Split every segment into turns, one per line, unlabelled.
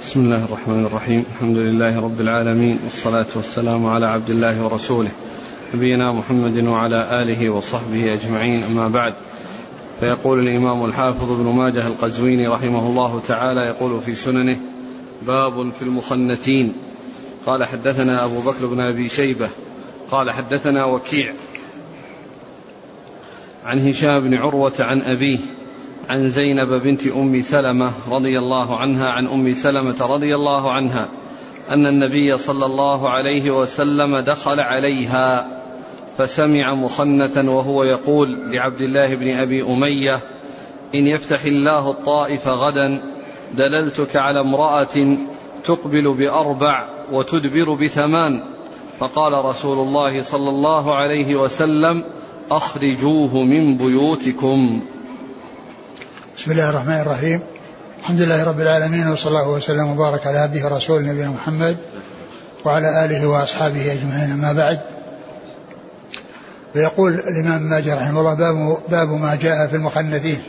بسم الله الرحمن الرحيم. الحمد لله رب العالمين، والصلاة والسلام على عبد الله ورسوله نبينا محمد وعلى آله وصحبه أجمعين، أما بعد. فيقول الإمام الحافظ ابن ماجه القزويني رحمه الله تعالى يقول في سننه: باب في المخنثين. قال: حدثنا أبو بكر بن أبي شيبة قال: حدثنا وكيع عن هشام بن عروة عن أبيه عن زينب بنت أم سلمة رضي الله عنها عن أم سلمة رضي الله عنها أن النبي صلى الله عليه وسلم دخل عليها فسمع مخنثا وهو يقول لعبد الله بن أبي أمية: إن يفتح الله الطائف غدا دللتك على امرأة تقبل ب4 وتدبر ب8. فقال رسول الله صلى الله عليه وسلم: أخرجوه من بيوتكم.
بسم الله الرحمن الرحيم. الحمد لله رب العالمين، وصلى الله وسلم وبارك على عبده ورسوله نبينا محمد وعلى آله وأصحابه أجمعين، أما بعد. فيقول الإمام ماجه رحمه الله: باب ما جاء في المخنثين.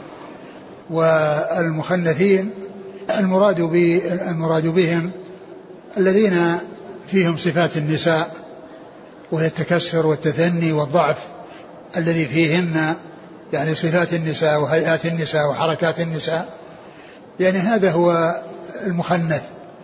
والمخنثين المراد بهم الذين فيهم صفات النساء، وهي التكسر والتثني والضعف الذي فيهن، يعني صفات النساء وهيئات النساء وحركات النساء، يعني هذا هو المخنث.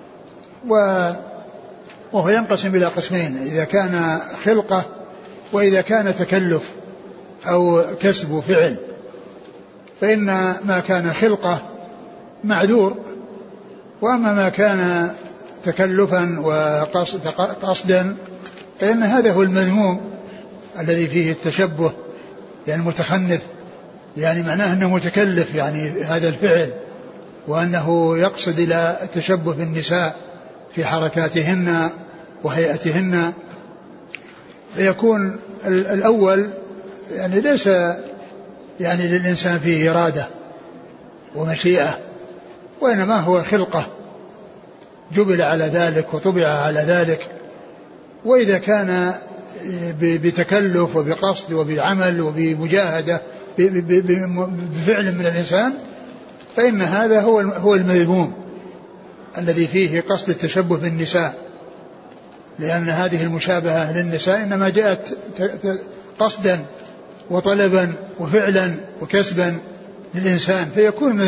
وهو ينقسم إلى قسمين: إذا كان خلقة، وإذا كان تكلف أو كسب وفعل. فإن ما كان خلقة معذور، وأما ما كان تكلفا وقصدا فإن هذا هو المذموم الذي فيه التشبه، يعني متخنث، يعني معناه أنه متكلف يعني هذا الفعل، وأنه يقصد إلى التشبه بالنساء في حركاتهن وهيئتهن. فيكون الأول يعني ليس يعني للإنسان فيه إرادة ومشيئة، وإنما هو خلقة جبل على ذلك وطبع على ذلك. وإذا كان بتكلف وبقصد وبعمل وبمجاهدة بفعل من الإنسان، فإن هذا هو المذموم الذي فيه قصد التشبه بالنساء، لأن هذه المشابهة للنساء إنما جاءت قصدا وطلبا وفعلا وكسبا للإنسان، فيكون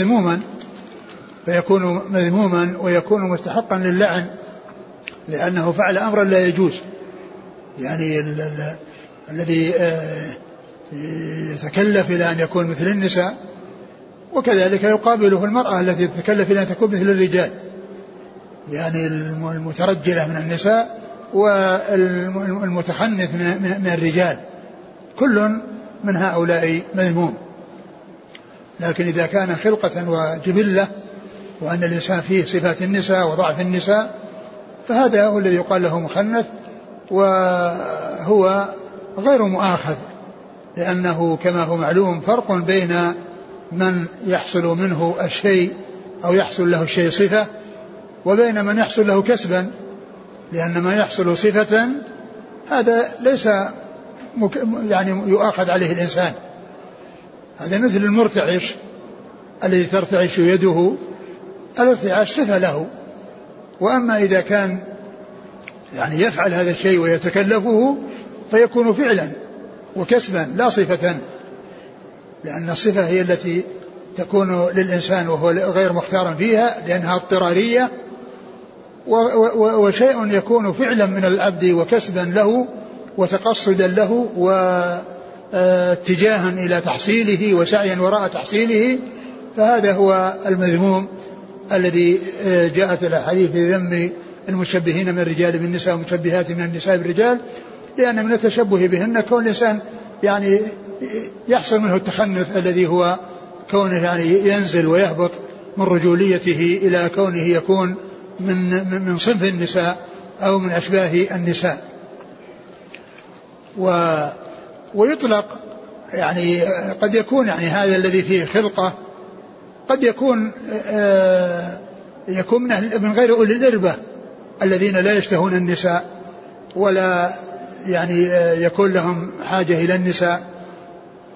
مذموما ويكون مستحقا للعن، لأنه فعل أمرا لا يجوز. يعني الذي يتكلف إلى أن يكون مثل النساء، وكذلك يقابله المرأة التي تتكلف إلى أن تكون مثل الرجال، يعني المترجلة من النساء والمتخنث من الرجال، كل من هؤلاء مذموم. لكن إذا كان خلقة وجبلة، وأن الإنسان فيه صفات النساء وضعف النساء، فهذا هو الذي يقال له مخنث، وهو غير مؤاخذ، لأنه كما هو معلوم فرق بين من يحصل منه الشيء أو يحصل له الشيء صفة، وبين من يحصل له كسبا، لأن ما يحصل صفة هذا ليس يعني يؤاخذ عليه الإنسان. هذا مثل المرتعش الذي ترتعش يده، الارتعاش صفة له. وأما إذا كان يعني يفعل هذا الشيء ويتكلفه فيكون فعلا وكسبا لا صفة، لأن الصفة هي التي تكون للإنسان وهو غير مختار فيها لأنها اضطرارية، وشيء يكون فعلا من العبد وكسبا له وتقصدا له واتجاها إلى تحصيله وسعيا وراء تحصيله، فهذا هو المذموم الذي جاءت الأحاديث ذم المشبهين من الرجال بالنساء ومشبهات من النساء بالرجال، لأن من التشبه بهن كون الإنسان يعني يحصل منه التخنث الذي هو كونه يعني ينزل ويهبط من رجوليته إلى كونه يكون من صنف النساء أو من أشباه النساء. ويطلق يعني قد يكون يعني هذا الذي فيه خلقة قد يكون من غير أولي الإربة الذين لا يشتهون النساء ولا يعني يكون لهم حاجة إلى النساء،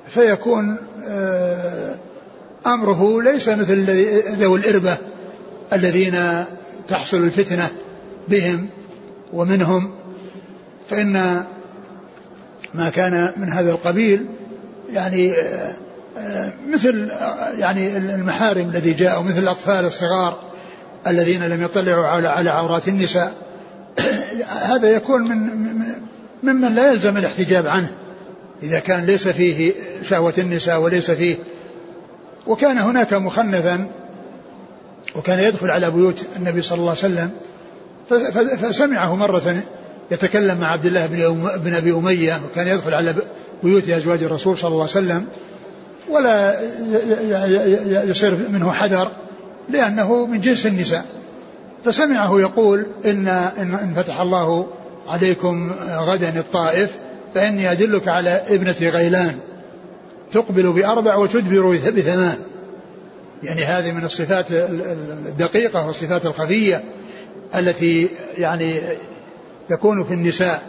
فيكون أمره ليس مثل ذوي الإربة الذين تحصل الفتنة بهم ومنهم، فإن ما كان من هذا القبيل يعني مثل يعني المحارم الذي جاءوا، مثل الأطفال الصغار الذين لم يطلعوا على عورات النساء، هذا يكون ممن لا يلزم الاحتجاب عنه إذا كان ليس فيه شهوة النساء وليس فيه. وكان هناك مخنثا وكان يدخل على بيوت النبي صلى الله عليه وسلم، فسمعه مرة يتكلم مع عبد الله بن أبي أمية، وكان يدخل على بيوت أزواج الرسول صلى الله عليه وسلم ولا يصير منه حذر لأنه من جنس النساء، فسمعه يقول إن فتح الله عليكم غدا الطائف فإني أدلك على ابنة غيلان تقبل ب4 وتدبر ب8. يعني هذه من الصفات الدقيقة والصفات الخفية التي يعني تكون في النساء.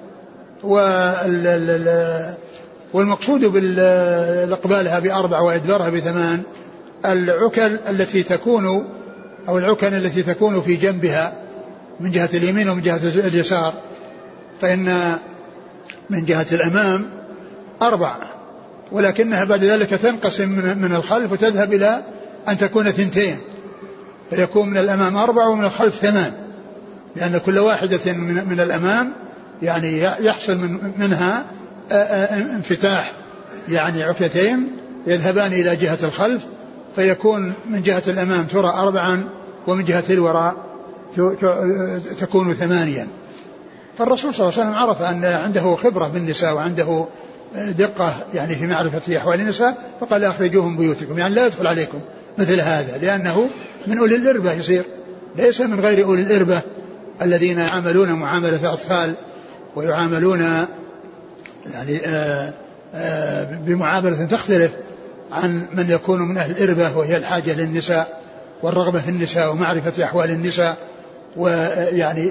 والمقصود بالإقبالها ب4 وإدبارها ب8 العكل التي تكون أو العكن التي تكون في جنبها من جهة اليمين ومن جهة اليسار، فإن من جهة الأمام 4 ولكنها بعد ذلك تنقسم من الخلف وتذهب إلى أن تكون 2، فيكون من الأمام 4 ومن الخلف 8، لأن كل واحدة من الأمام يعني يحصل منها انفتاح يعني عكتين يذهبان إلى جهة الخلف، فيكون من جهة الأمام ترى 4 ومن جهة الوراء تكون 8. فالرسول صلى الله عليه وسلم عرف أن عنده خبرة بالنساء وعنده دقة يعني في معرفة أحوال النساء، فقال أخرجوهم بيوتكم، يعني لا يدخل عليكم مثل هذا، لأنه من أولي الإربة يصير، ليس من غير أولي الإربة الذين يعاملون معاملة أطفال ويعاملون يعني بمعاملة تختلف عن من يكون من أهل الإربة، وهي الحاجة للنساء والرغبة في النساء ومعرفة أحوال النساء ويعني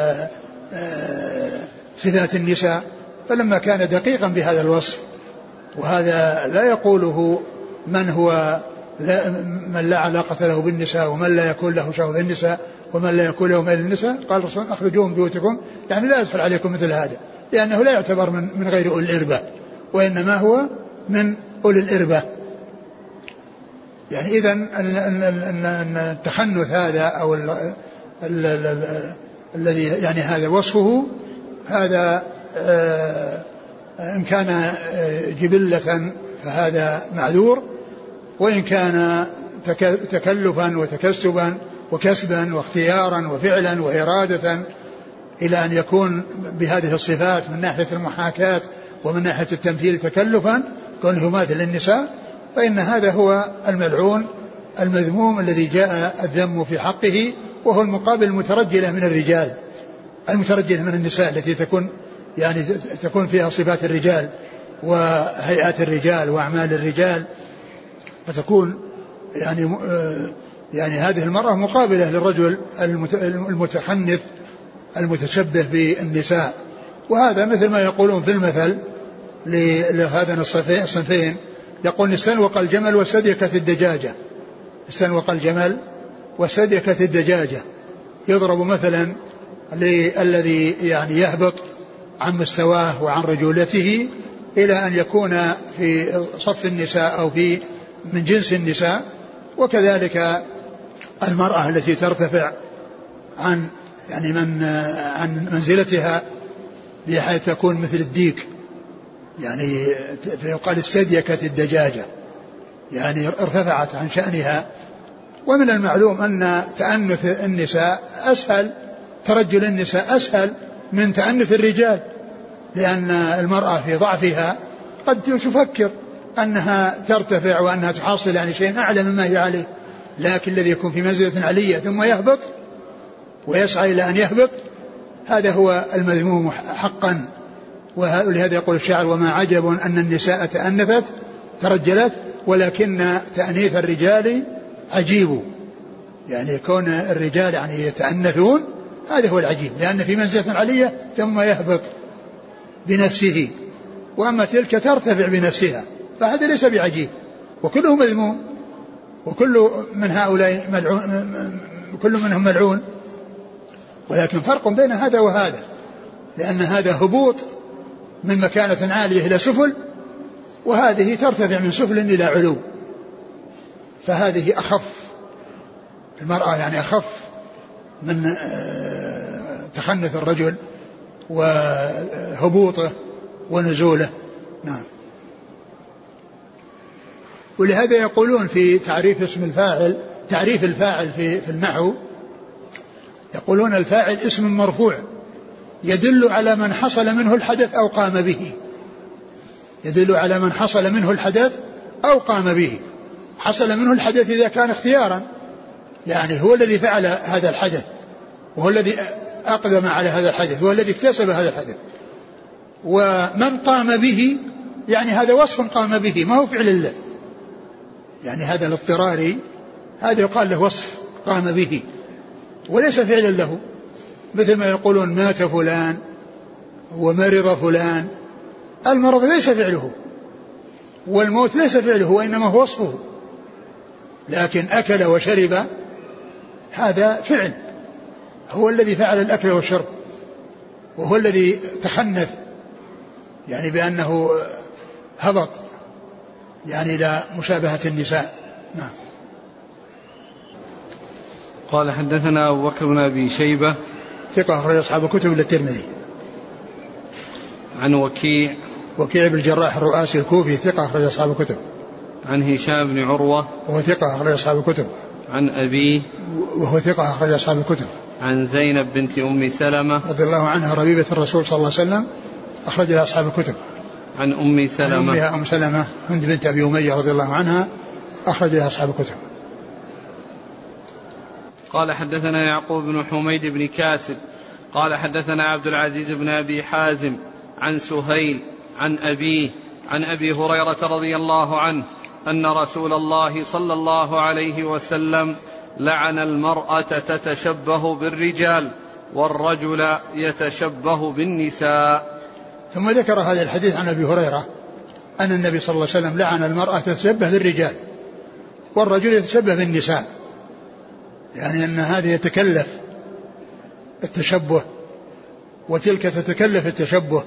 صفات النساء. فلما كان دقيقا بهذا الوصف، وهذا لا يقوله من لا علاقة له بالنساء ومن لا يكون له شهوة النساء ومن لا يكون له ميل النساء، قال الرسول أخرجوهم بيوتكم، يعني لا يدخل عليكم مثل هذا، لأنه لا يعتبر من غير أولي الإربة، وإنما هو من أولي الإربة. يعني إذن التخنث هذا أو الذي يعني هذا وصفه، هذا إن كان جبلة فهذا معذور، وإن كان تكلفا وتكسبا وكسبا واختيارا وفعلا وإرادة إلى أن يكون بهذه الصفات من ناحية المحاكاة ومن ناحية التمثيل تكلفا كونه يماثل النساء، فإن هذا هو الملعون المذموم الذي جاء الذم في حقه، وهو المقابل المترجلة من الرجال، المترجلة من النساء التي تكون فيها صفات الرجال وهيئات الرجال وأعمال الرجال، فتكون يعني هذه المرأة مقابلة للرجل المتخنث المتشبه بالنساء. وهذا مثل ما يقولون في المثل لهذين الصنفين، يقول استنوق الجمل واستديكت الدجاجة، استنوق الجمل واستديكت الدجاجة، يضرب مثلا للذي يعني يهبط عن مستواه وعن رجولته إلى أن يكون في صف النساء أو في من جنس النساء. وكذلك المرأة التي ترتفع عن يعني عن منزلتها بحيث تكون مثل الديك، يعني فيقال استديكت الدجاجة، يعني ارتفعت عن شأنها. ومن المعلوم أن تأنث النساء أسهل، ترجل النساء أسهل من تأنث الرجال، لأن المرأة في ضعفها قد تفكر أنها ترتفع وأنها تحصل يعني شيء أعلى مما هي عليه، لكن الذي يكون في منزلة علية ثم يهبط ويسعى إلى أن يهبط، هذا هو المذموم حقا. ولهذا يقول الشاعر وما عجب أن النساء تأنثت ترجلت ولكن تأنيث الرجال عجيب، يعني كون الرجال يعني يتأنثون هذا هو العجيب، لأن في منزلة علية ثم يهبط بنفسه، وأما تلك ترتفع بنفسها، فهذا ليس بعجيب، وكله مذموم، وكل من هؤلاء كل منهم ملعون، ولكن فرق بين هذا وهذا، لأن هذا هبوط من مكانة عالية إلى سفل، وهذه ترتفع من سفل إلى علو، فهذه أخف، المرأة يعني أخف من تخنث الرجل وهبوطه ونزوله. نعم. ولهذا يقولون في تعريف اسم الفاعل، تعريف الفاعل في النحو، يقولون الفاعل اسم مرفوع يدل على من حصل منه الحدث أو قام به، يدل على من حصل منه الحدث أو قام به. حصل منه الحدث إذا كان اختيارا، يعني هو الذي فعل هذا الحدث، وهو الذي أقدم على هذا الحدث، وهو الذي اكتسب هذا الحدث. ومن قام به يعني هذا وصف قام به، ما هو فعل الله، يعني هذا الاضطراري هذا يقال له وصف قام به وليس فعلا له، مثل ما يقولون مات فلان ومرض فلان. المرض ليس فعله، والموت ليس فعله، وإنما هو وصفه. لكن أكل وشرب هذا فعل، هو الذي فعل الأكل والشرب، وهو الذي تخنث، يعني بأنه هبط يعني إلى مشابهة النساء. نعم.
قال حدثنا أبو بكر بن أبي شيبة
ثقة أخرج أصحاب الكتب إلا الترمذي.
عن وكيع
بن الجراح الرؤاسي الكوفي ثقة أخرج أصحاب الكتب.
عن هشام بن عروة
وهو ثقة أخرج أصحاب الكتب.
عن أبيه
وهو ثقة أخرج أصحاب الكتب.
عن زينب بنت أم سلمة
رضي الله عنها ربيبة الرسول صلى الله عليه وسلم أخرج لها أصحاب الكتب.
عن أم سلمة،
عن أم سلمة هند بنت أبي أمية رضي الله عنها أخرج لها أصحاب الكتب.
قال حدثنا يعقوب بن حميد بن كاسب قال حدثنا عبد العزيز بن أبي حازم عن سهيل عن أبيه عن أبي هريرة رضي الله عنه أن رسول الله صلى الله عليه وسلم لعن المرأة تتشبه بالرجال والرجل يتشبه بالنساء.
ثم ذكر هذا الحديث عن أبي هريرة أن النبي صلى الله عليه وسلم لعن المرأة تتشبه بالرجال والرجل يتشبه بالنساء، يعني أن هذا يتكلف التشبه وتلك تتكلف التشبه،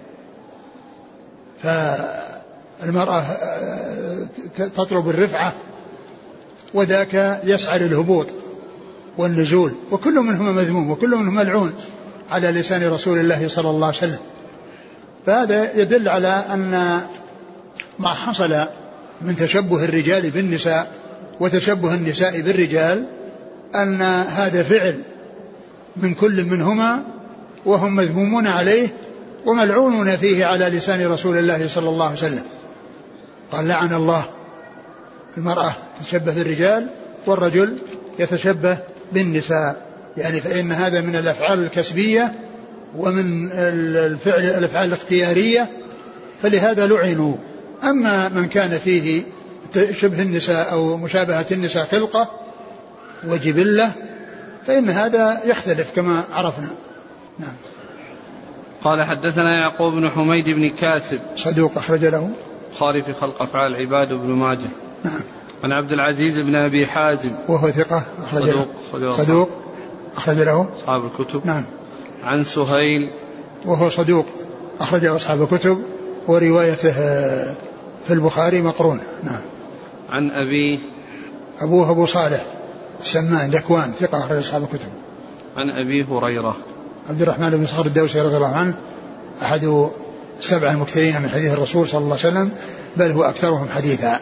فالمرأة تطلب الرفعة وذاك يسعى للهبوط والنزول، وكل منهما مذموم وكل منهما ملعون على لسان رسول الله صلى الله عليه وسلم. فهذا يدل على أن ما حصل من تشبه الرجال بالنساء وتشبه النساء بالرجال أن هذا فعل من كل منهما، وهم مذمومون عليه وملعونون فيه على لسان رسول الله صلى الله عليه وسلم. قال لعن الله المرأة تتشبه بالرجال والرجل يتشبه بالنساء، يعني فإن هذا من الأفعال الكسبية ومن الأفعال الاختيارية، فلهذا لعنوا. أما من كان فيه شبه النساء أو مشابهة النساء خلقة وجبلة فإن هذا يختلف كما عرفنا. نعم.
قال حدثنا يعقوب بن حميد بن كاسب
صدوق أخرج له
البخاري في خلق أفعال العباد وابن ماجه.
نعم.
عن عبد العزيز بن أبي حازم
وهو ثقة صدوق أخرج له
أصحاب الكتب.
نعم.
عن سهيل
وهو صدوق أخرج أصحاب الكتب وروايته في البخاري مقرون. نعم.
عن
أبوه أبو صالح السمان ذكوان ثقة أخرج أصحاب الكتب.
عن أبي هريرة
عبد الرحمن بن صخر الدوسي رضي الله عنه أحد 7 المكثرين من حديث الرسول صلى الله عليه وسلم، بل هو أكثرهم حديثا.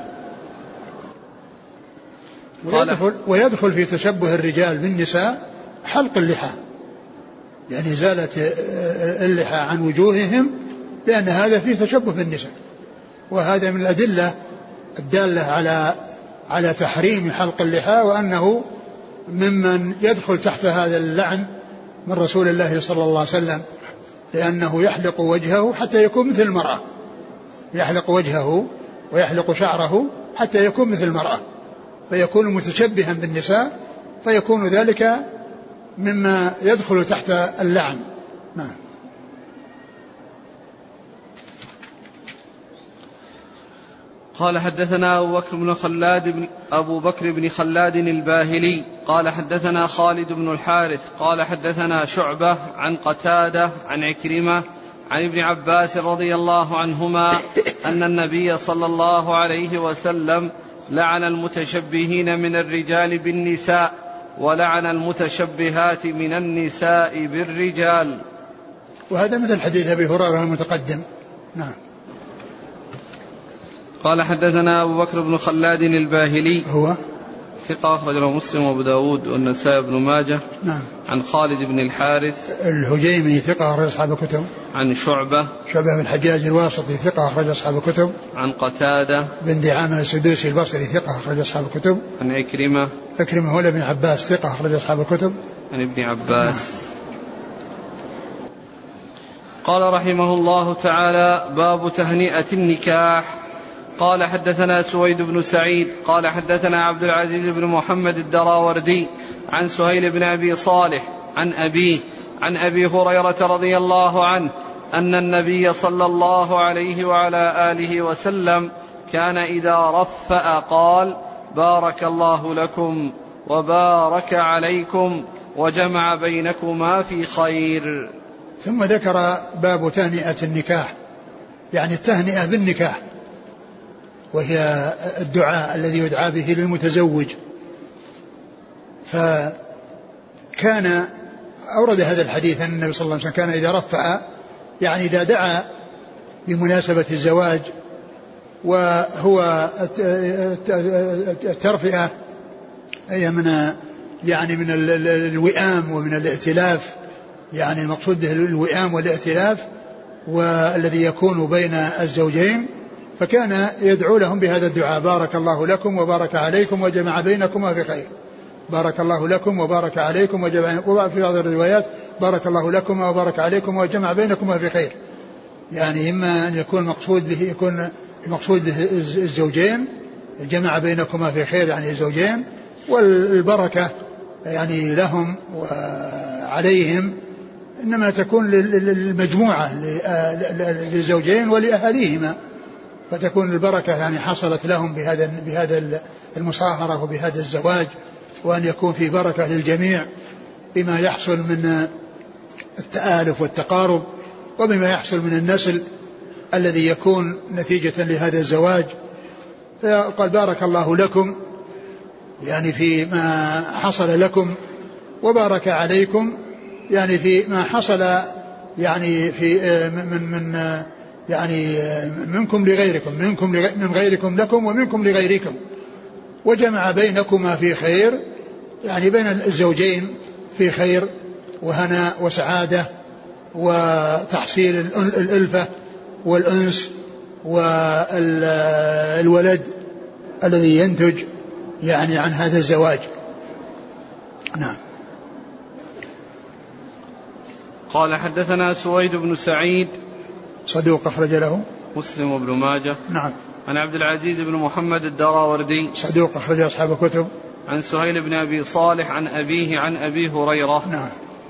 ويدخل في تشبه الرجال بالنساء حلق اللحى، يعني إزالة اللحى عن وجوههم، لأن هذا فيه تشبه بالنساء، وهذا من الأدلة الدالة على تحريم حلق اللحى، وأنه ممن يدخل تحت هذا اللعن من رسول الله صلى الله عليه وسلم، لأنه يحلق وجهه حتى يكون مثل المرأة، يحلق وجهه ويحلق شعره حتى يكون مثل المرأة، فيكون متشبها بالنساء، فيكون ذلك مما يدخل تحت اللعن. نعم.
قال حدثنا أبو بكر بن خلاد الباهلي قال حدثنا خالد بن الحارث قال حدثنا شعبة عن قتادة عن عكرمة عن ابن عباس رضي الله عنهما أن النبي صلى الله عليه وسلم لعن المتشبهين من الرجال بالنساء ولعن المتشبهات من النساء بالرجال.
وهذا مثل حديث أبي هريرة المتقدم. نعم.
قال حدثنا أبو بكر بن خلاد الباهلي
هو
ثقة أخرج له مسلم وأبو داود والنسائي بن ماجه.
نعم.
عن خالد بن الحارث
الهجيمي ثقة أخرج أصحاب الكتب.
عن شعبة
بن الحجاج الواسطي ثقة أخرج أصحاب الكتب.
عن قتادة
بن دعامة السدوسي البصري ثقة أخرج أصحاب الكتب.
عن عكرمة
هو ابن عباس ثقة أخرج أصحاب الكتب.
عن ابن عباس. قال رحمه الله تعالى: باب تهنئة النكاح. قال حدثنا سويد بن سعيد قال حدثنا عبد العزيز بن محمد الدراوردي عن سهيل بن أبي صالح عن أبيه عن أبي هريرة رضي الله عنه أن النبي صلى الله عليه وعلى آله وسلم كان إذا رفأ قال: بارك الله لكم وبارك عليكم وجمع بينكما في خير.
ثم ذكر باب تهنئة النكاح، يعني التهنئة بالنكاح، وهي الدعاء الذي يدعى به للمتزوج. فكان أورد هذا الحديث أن النبي صلى الله عليه وسلم كان إذا رفع، يعني إذا دعا بمناسبة الزواج، وهو الترفئة هي من الوئام ومن الائتلاف، يعني المقصود به الوئام والائتلاف والذي يكون بين الزوجين. فكان يدعو لهم بهذا الدعاء: بارك الله لكم وبارك عليكم وجمع بينكما في خير. بارك الله لكم وبارك عليكم وجمع، وفي بعض الروايات بارك الله لكم وبارك عليكم وجمع بينكما في خير. يعني إما أن يكون المقصود به الزوجين، جمع بينكما في خير يعني الزوجين، والبركة يعني لهم وعليهم إنما تكون للمجموعة للزوجين ولأهاليهما، فتكون البركة يعني حصلت لهم بهذا المصاهرة وبهذا الزواج، وأن يكون في بركة للجميع بما يحصل من التآلف والتقارب، وبما يحصل من النسل الذي يكون نتيجة لهذا الزواج. فقال: بارك الله لكم يعني فيما حصل لكم، وبارك عليكم يعني فيما حصل يعني في منكم لغيركم، من غيركم لكم ومنكم لغيركم، وجمع بينكما في خير، يعني بين الزوجين في خير وهناء وسعادة وتحصيل الألفة والأنس والولد الذي ينتج يعني عن هذا الزواج. نعم.
قال حدثنا سويد بن سعيد
صدوق أخرج له
مسلم وابن ماجه.
نعم.
عن عبد العزيز بن محمد الدراوردي
صدوق أخرج أصحاب الكتب.
عن سهيل بن أبي صالح عن أبيه عن أبي هريرة.
نعم.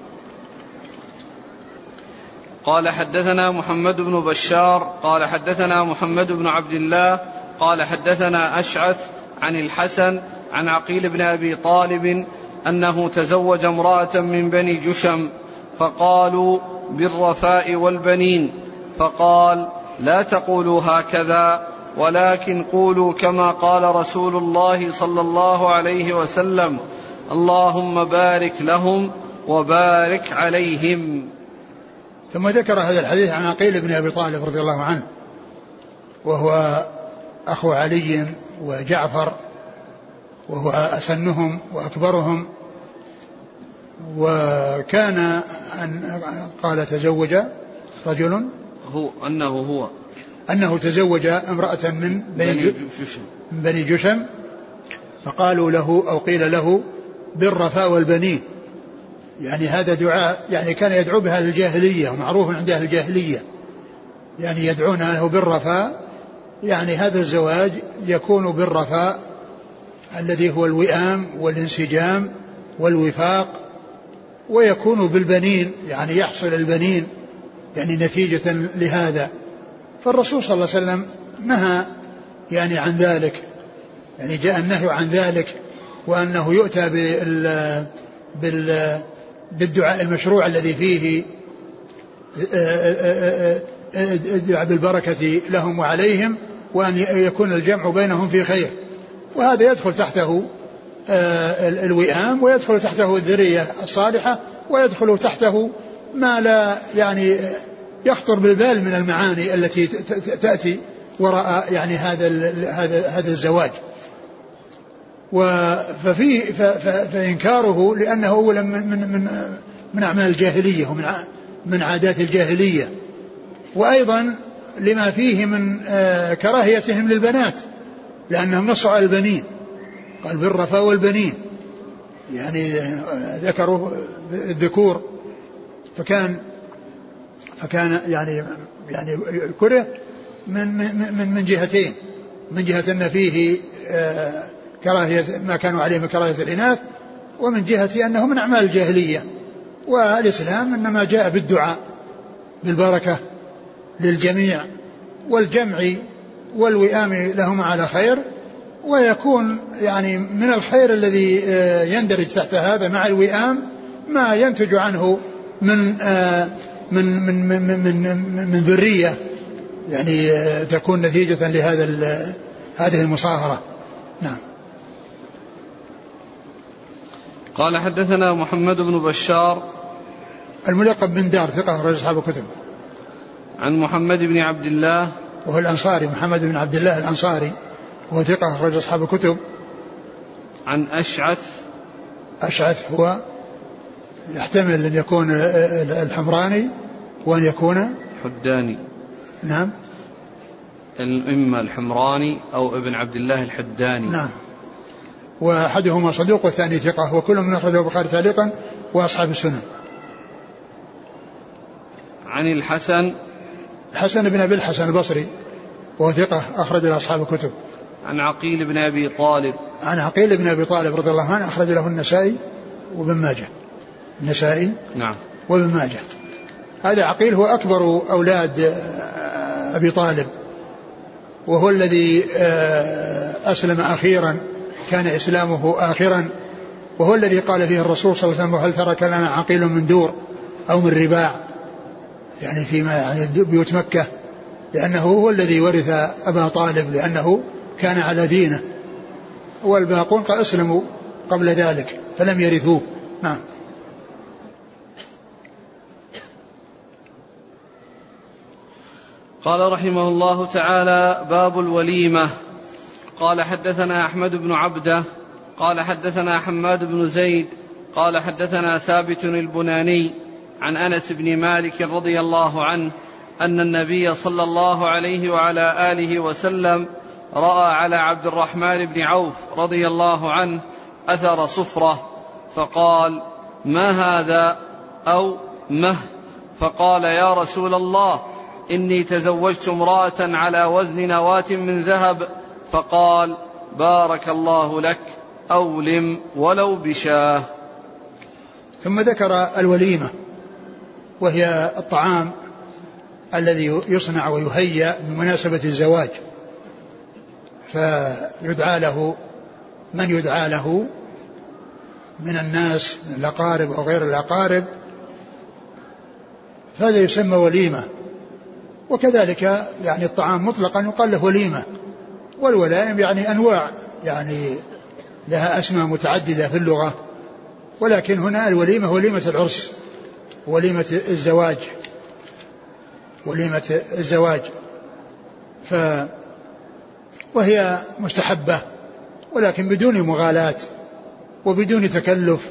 قال حدثنا محمد بن بشار قال حدثنا محمد بن عبد الله قال حدثنا أشعث عن الحسن عن عقيل بن أبي طالب أنه تزوج امرأة من بني جشم فقالوا: بالرفاء والبنين، فقال: لا تقولوا هكذا، ولكن قولوا كما قال رسول الله صلى الله عليه وسلم: اللهم بارك لهم وبارك عليهم.
ثم ذكر هذا الحديث عن عقيل بن أبي طالب رضي الله عنه، وهو أخو علي وجعفر، وهو أسنهم وأكبرهم. وكان قال تزوج رجل أنه تزوج امرأة من بني جشم، فقالوا له أو قيل له: بالرفاء والبنين. يعني هذا دعاء يعني كان يدعو بها الجاهلية، ومعروف عند أهل الجاهلية، يعني يدعون له بالرفاء، يعني هذا الزواج يكون بالرفاء الذي هو الوئام والانسجام والوفاق، ويكون بالبنين يعني يحصل البنين يعني نتيجة لهذا. فالرسول صلى الله عليه وسلم نهى يعني عن ذلك، يعني جاء النهي عن ذلك، وأنه يؤتى بالدعاء المشروع الذي فيه الدعاء بالبركة لهم وعليهم، وأن يكون الجمع بينهم في خير. وهذا يدخل تحته الوئام، ويدخل تحته الذرية الصالحة، ويدخل تحته ما لا يعني يخطر بالبال من المعاني التي تأتي وراء يعني هذا الزواج. فإنكاره لأنه أولا من أعمال الجاهلية ومن عادات الجاهلية، وأيضا لما فيه من كراهيتهم للبنات، لأنهم نصوا على البنين، قال بالرفا والبنين، يعني ذكروا الذكور، فكان يعني كره من جهتين، من جهة أن فيه كراهية ما كانوا عليه من كراهية الإناث، ومن جهة أنه من أعمال الجاهلية. والإسلام إنما جاء بالدعاء بالبركة للجميع والجمع والوئام لهم على خير، ويكون يعني من الخير الذي يندرج تحت هذا مع الوئام ما ينتج عنه من ذرية يعني تكون نتيجة هذه المصاهرة. نعم.
قال حدثنا محمد بن بشار
الملقب بن دار، ثقة أخرج أصحاب الكتب.
عن محمد بن عبد الله
وهو الأنصاري، محمد بن عبد الله الأنصاري، وهو ثقة أخرج أصحاب الكتب.
عن أشعث هو
يحتمل أن يكون الحمراني وأن يكون
حداني.
نعم،
إما الحمراني أو ابن عبد الله الحداني.
نعم. وأحدهما صدوق والثاني ثقة، وكل من أخرجه البخاري تعليقا وأصحاب السنن.
عن الحسن
بن أبي الحسن البصري، وهو ثقة أخرج له أصحاب الكتب.
عن عقيل بن أبي طالب
رضي الله عنه، أخرج له النسائي وابن ماجه. النسائي
نعم
وابن ماجه. هذا عقيل هو أكبر أولاد أبي طالب، وهو الذي أسلم أخيرا، كان إسلامه آخرا، وهو الذي قال فيه الرسول صلى الله عليه وسلم: هل ترك لنا عقيل من دور أو من رباع، يعني فيما يعني بيوت مكة، لأنه هو الذي ورث أبا طالب لأنه كان على دينه، والباقون قد أسلموا قبل ذلك فلم يرثوه. نعم.
قال رحمه الله تعالى: باب الوليمة. قال حدثنا أحمد بن عبده قال حدثنا حماد بن زيد قال حدثنا ثابت البناني عن أنس بن مالك رضي الله عنه أن النبي صلى الله عليه وعلى آله وسلم رأى على عبد الرحمن بن عوف رضي الله عنه أثر صفرة، فقال: ما هذا؟ أو مه؟ فقال: يا رسول الله، إني تزوجت امرأة على وزن نواة من ذهب. فقال: بارك الله لك، أولم ولو بشاه.
ثم ذكر الوليمة، وهي الطعام الذي يصنع ويهيأ بمناسبة الزواج، فيدعى له من يدعى له من الناس، من الأقارب أو غير الأقارب، فهذا يسمى وليمة. وكذلك يعني الطعام مطلقا يقال له وليمة، والولائم يعني أنواع، يعني لها أسماء متعددة في اللغة، ولكن هنا الوليمة وليمة العرس، وليمة الزواج، وهي مستحبة، ولكن بدون مغالاة وبدون تكلف،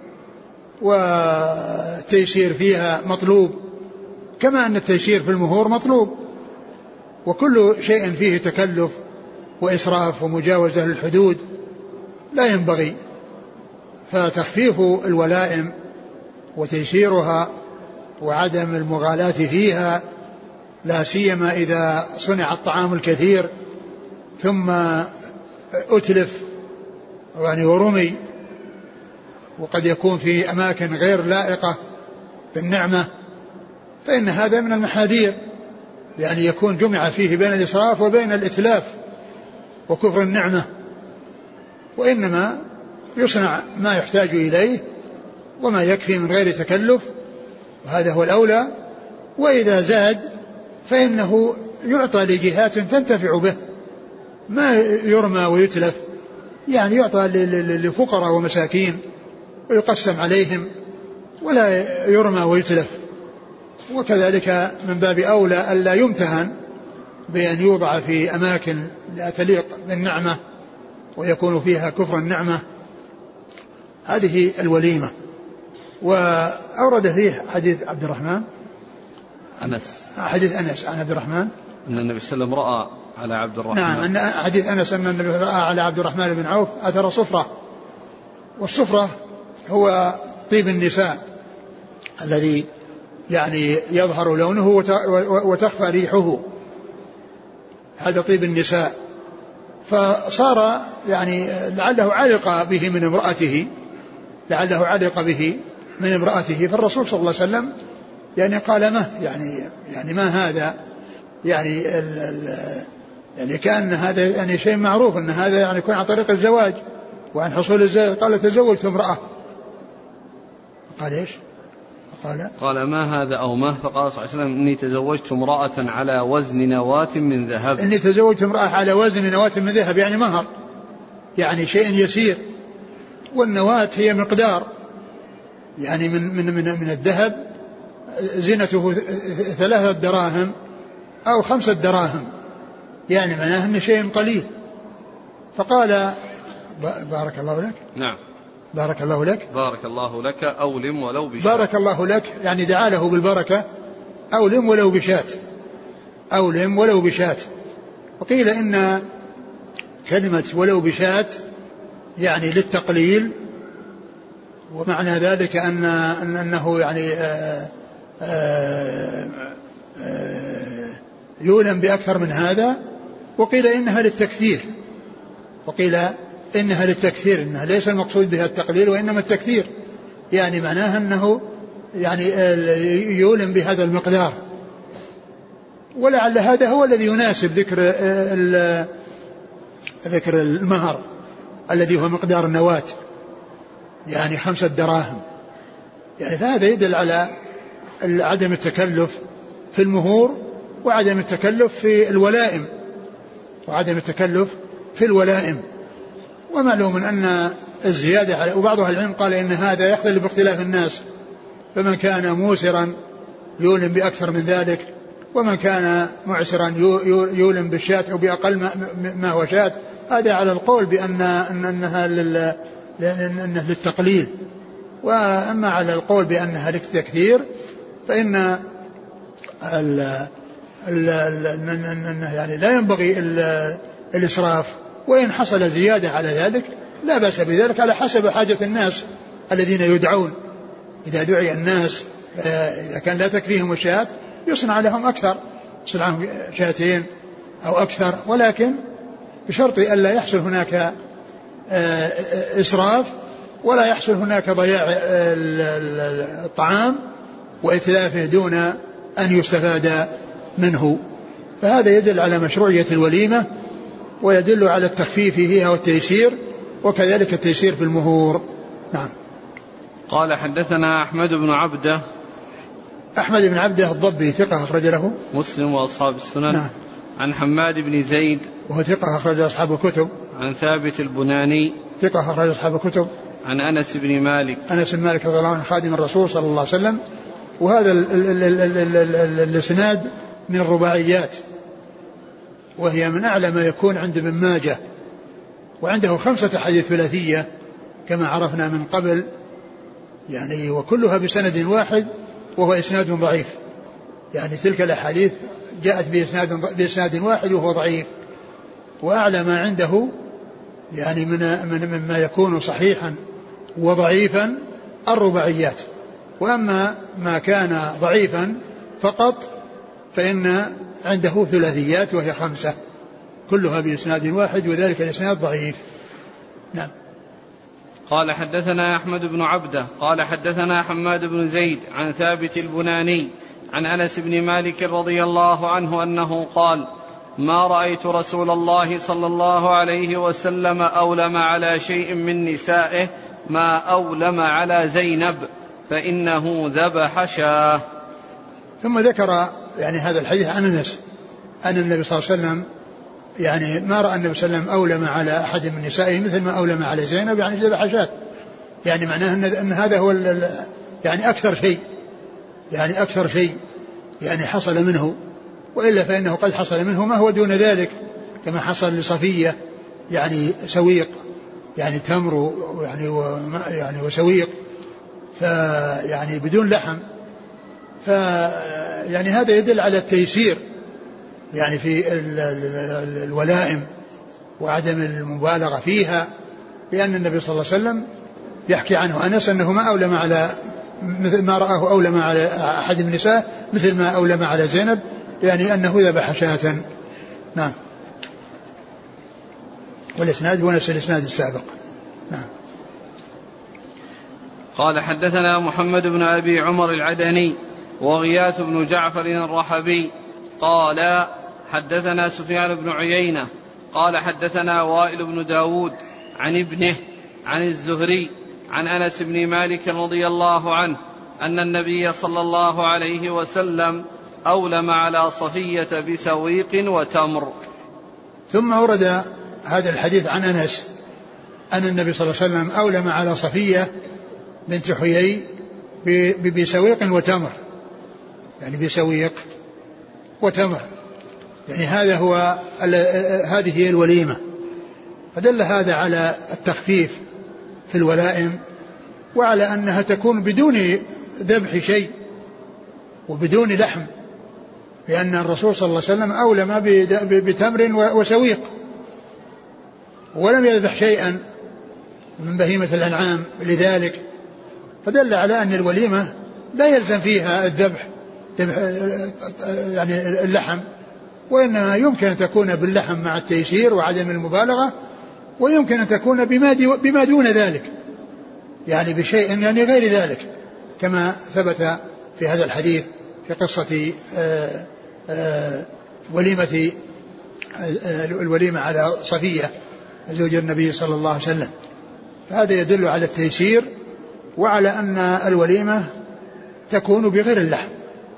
والتيسير فيها مطلوب، كما أن التيسير في المهور مطلوب، وكل شيء فيه تكلف وإسراف ومجاوزة للحدود لا ينبغي. فتخفيف الولائم وتيسيرها وعدم المغالاة فيها، لا سيما إذا صنع الطعام الكثير ثم أتلف يعني ورمي، وقد يكون في أماكن غير لائقة بالنعمة، فإن هذا من المحاذير، يعني يكون جمع فيه بين الإسراف وبين الإتلاف وكفر النعمة. وإنما يصنع ما يحتاج إليه وما يكفي من غير تكلف، وهذا هو الأولى. وإذا زاد فإنه يعطى لجهات تنتفع به، ما يرمى ويتلف، يعني يعطى لفقراء ومساكين ويقسم عليهم ولا يرمى ويتلف. وكذلك من باب أولى ألا يمتهن بأن يوضع في أماكن لا تليق بالنعمة ويكون فيها كفر النعمة. هذه الوليمة. وأورد فيه حديث عبد الرحمن حديث أنس عن عبد الرحمن
أن النبي صلى الله عليه وسلم رأى على عبد الرحمن.
نعم، حديث أنس أن النبي رأى على عبد الرحمن بن عوف أثر صفرة. والصفرة هو طيب النساء الذي يعني يظهر لونه وتخفى ريحه، هذا طيب النساء. فصار يعني لعله علق به من امرأته، فالرسول صلى الله عليه وسلم يعني قال ما يعني ما هذا، يعني كأن هذا يعني شيء معروف أن هذا يعني يكون عن طريق الزواج وعن حصول الزواج. قال تزوجت امرأة. قال إيش؟
قال ما هذا أو ما؟ فقال صلى الله عليه وسلم إني تزوجت امرأة على وزن نواة من ذهب.
إني تزوجت امرأة على وزن نواة من ذهب، يعني مهر، يعني شيء يسير. والنواة هي مقدار يعني من الذهب زينته 3 دراهم أو 5 دراهم، يعني معناه أنه شيء قليل. فقال بارك الله لك.
نعم
بارك الله لك.
بارك الله لك أولم ولو بشاة.
بارك الله لك يعني دعا له بالبركة، أولم ولو بشاة، أولم ولو بشاة. وقيل إن كلمة ولو بشاة يعني للتقليل، ومعنى ذلك أنه يعني يولم بأكثر من هذا. وقيل إنها للتكثير، إنها ليس المقصود بها التقليل وإنما التكثير، يعني معناها أنه يعني يولم بهذا المقدار. ولعل هذا هو الذي يناسب ذكر المهر الذي هو مقدار النواة، يعني 5 دراهم. يعني فهذا يدل على عدم التكلف في المهور وعدم التكلف في الولائم. ومعلوم أن الزيادة وبعض أهل العلم قال إن هذا يختلف باختلاف الناس، فمن كان موسرا يولم بأكثر من ذلك، ومن كان معسرا يولم بالشاة أو بأقل ما هو شاة. هذا على القول بأنها للتقليل. وأما على القول بأنها للتكثير فإن يعني لا ينبغي الإسراف، وإن حصل زيادة على ذلك لا بأس بذلك على حسب حاجة الناس الذين يدعون. إذا دعي الناس إذا كان لا تكفيهم الشاة يصنع لهم أكثر، يصنع لهم 2 أو أكثر، ولكن بشرط ألا يحصل هناك إسراف ولا يحصل هناك ضياع الطعام وإتلافه دون أن يستفاد منه. فهذا يدل على مشروعية الوليمة، ويدل على التخفيف فيها والتيسير، وكذلك التيسير في المهور. نعم.
قال حدثنا أحمد بن عبده
الضبي ثقة أخرج له
مسلم وأصحاب السنن.
نعم.
عن حماد بن زيد
وهو ثقة أخرج أصحاب الكتب.
عن ثابت البناني
ثقة أخرج أصحاب الكتب.
عن أنس بن مالك
رضي الله عنه خادم الرسول صلى الله عليه وسلم. وهذا الاسناد من الرباعيات، وهي من أعلى ما يكون عند ابن ماجه، وعنده 5 أحاديث ثلاثية كما عرفنا من قبل، يعني وكلها بسند واحد وهو إسناد ضعيف. يعني تلك الأحاديث جاءت بإسناد واحد وهو ضعيف. وأعلى ما عنده يعني مما يكون صحيحا وضعيفا الرباعيات. وأما ما كان ضعيفا فقط فإن عنده ثلاثيات وهي 5 كلها بإسناد واحد، وذلك الإسناد ضعيف. نعم.
قال حدثنا أحمد بن عبده قال حدثنا حماد بن زيد عن ثابت البناني عن أنس بن مالك رضي الله عنه أنه قال ما رأيت رسول الله صلى الله عليه وسلم أولم على شيء من نسائه ما أولم على زينب فإنه ذبح شاه.
ثم ذكر يعني هذا الحديث عن أنس أن النبي صلى الله عليه وسلم يعني ما رأى النبي صلى الله عليه وسلم أولم على أحد من نسائه مثل ما أولم على زينب يعني ذبح شاه، يعني معناه أن هذا هو يعني أكثر شيء يعني حصل منه، وإلا فإنه قد حصل منه ما هو دون ذلك كما حصل لصفية يعني سويق يعني تمر يعني وسويق يعني بدون لحم، يعني هذا يدل على التيسير يعني في الولائم وعدم المبالغة فيها، لأن النبي صلى الله عليه وسلم يحكي عنه أنس أنه ما أولم على مثل ما رآه أولم على أحد من النساء مثل ما أولم على زينب، يعني أنه ذبح شاة. نعم. والإسناد هو نفس الإسناد السابق. نعم.
قال حدثنا محمد بن أبي عمر العدني وغياث بن جعفر الرحبي قال حدثنا سفيان بن عيينة قال حدثنا وائل بن داود عن ابنه عن الزهري عن أنس بن مالك رضي الله عنه أن النبي صلى الله عليه وسلم أولم على صفية بسويق وتمر.
ثم ورد هذا الحديث عن أنس أن النبي صلى الله عليه وسلم أولم على صفية بنت حيي بسويق وتمر، يعني بسويق وتمر، يعني هذه هي الوليمة. فدل هذا على التخفيف في الولائم وعلى أنها تكون بدون ذبح شيء وبدون لحم، لأن الرسول صلى الله عليه وسلم أولم بتمر وسويق ولم يذبح شيئا من بهيمة الأنعام لذلك، فدل على أن الوليمة لا يلزم فيها الذبح يعني اللحم، وإنما يمكن أن تكون باللحم مع التيسير وعدم المبالغة، ويمكن أن تكون بما دون ذلك يعني بشيء يعني غير ذلك كما ثبت في هذا الحديث في قصة الوليمة على صفية زوج النبي صلى الله عليه وسلم. فهذا يدل على التيسير وعلى أن الوليمة تكون بغير اللحم.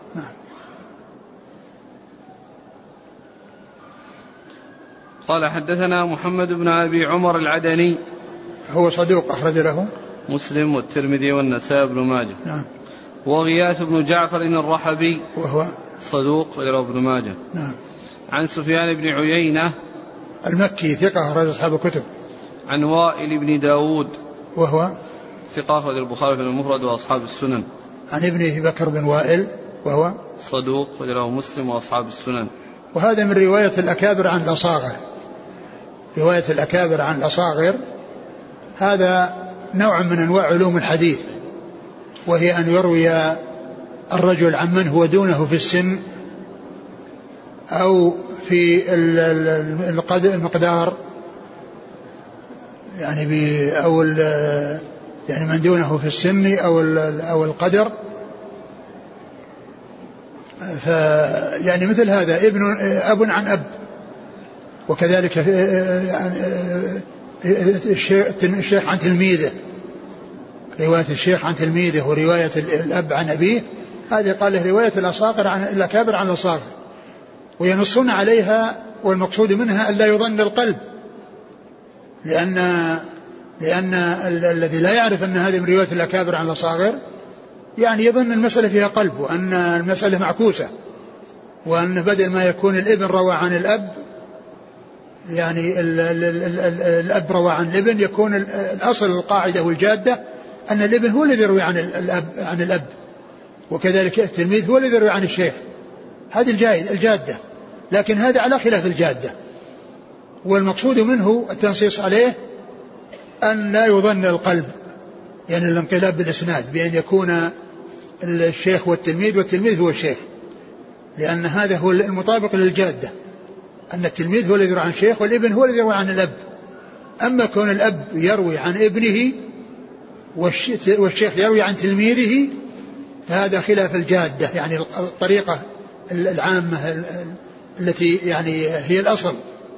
قال حدثنا محمد بن أبي عمر العدني
هو صدوق أخرج له
مسلم والترمذي والنسائي بن ماجه.
نعم.
وغياث بن جعفر الرحبي
وهو
صدوق غير ابن ماجه.
نعم.
عن سفيان بن عيينة
المكي ثقة أخرج أصحاب الكتب.
عن وائل بن داود
وهو
ثقة أخرج البخاري في المفرد وأصحاب السنن.
عن ابنه بكر بن وائل وهو
صدوق وله مسلم وأصحاب السنن.
وهذا من رواية الأكابر عن الأصاغر. رواية الأكابر عن الأصاغر هذا نوع من أنواع علوم الحديث، وهي أن يروي الرجل عن من هو دونه في السن أو في المقدار يعني يعني من دونه في السن أو القدر. يعني مثل هذا أب عن أب، وكذلك الشيخ عن تلميذه، رواية الشيخ عن تلميذه ورواية الأب عن أبيه، هذه قال له رواية الأكابر عن الأصاغر، وينصون عليها والمقصود منها ألا يظن القلب، لأن الذي لا يعرف أن هذه من رواية الأكابر عن الأصاغر يعني يظن المسألة فيها قلب، وأن المسألة معكوسة، وأن بدل ما يكون الابن روى عن الأب يعني الأب روى عن الابن، يكون الأصل القاعدة والجادة أن الابن هو الذي يروي عن الأب، وكذلك التلميذ هو الذي يروي عن الشيخ. هذه الجادة، لكن هذا على خلاف الجادة، والمقصود منه التنصيص عليه أن لا يظن القلب، يعني الانقلاب بالإسناد بأن يكون الشيخ والتلميذ والتلميذ هو الشيخ، لأن هذا هو المطابق للجادة، أن التلميذ هو الذي يروي عن الشيخ والابن هو الذي يروي عن الأب. أما كون الأب يروي عن ابنه والشيخ يروي عن تلميذه فهذا خلاف الجادة، يعني الطريقة العامة التي يعني هي الأصل،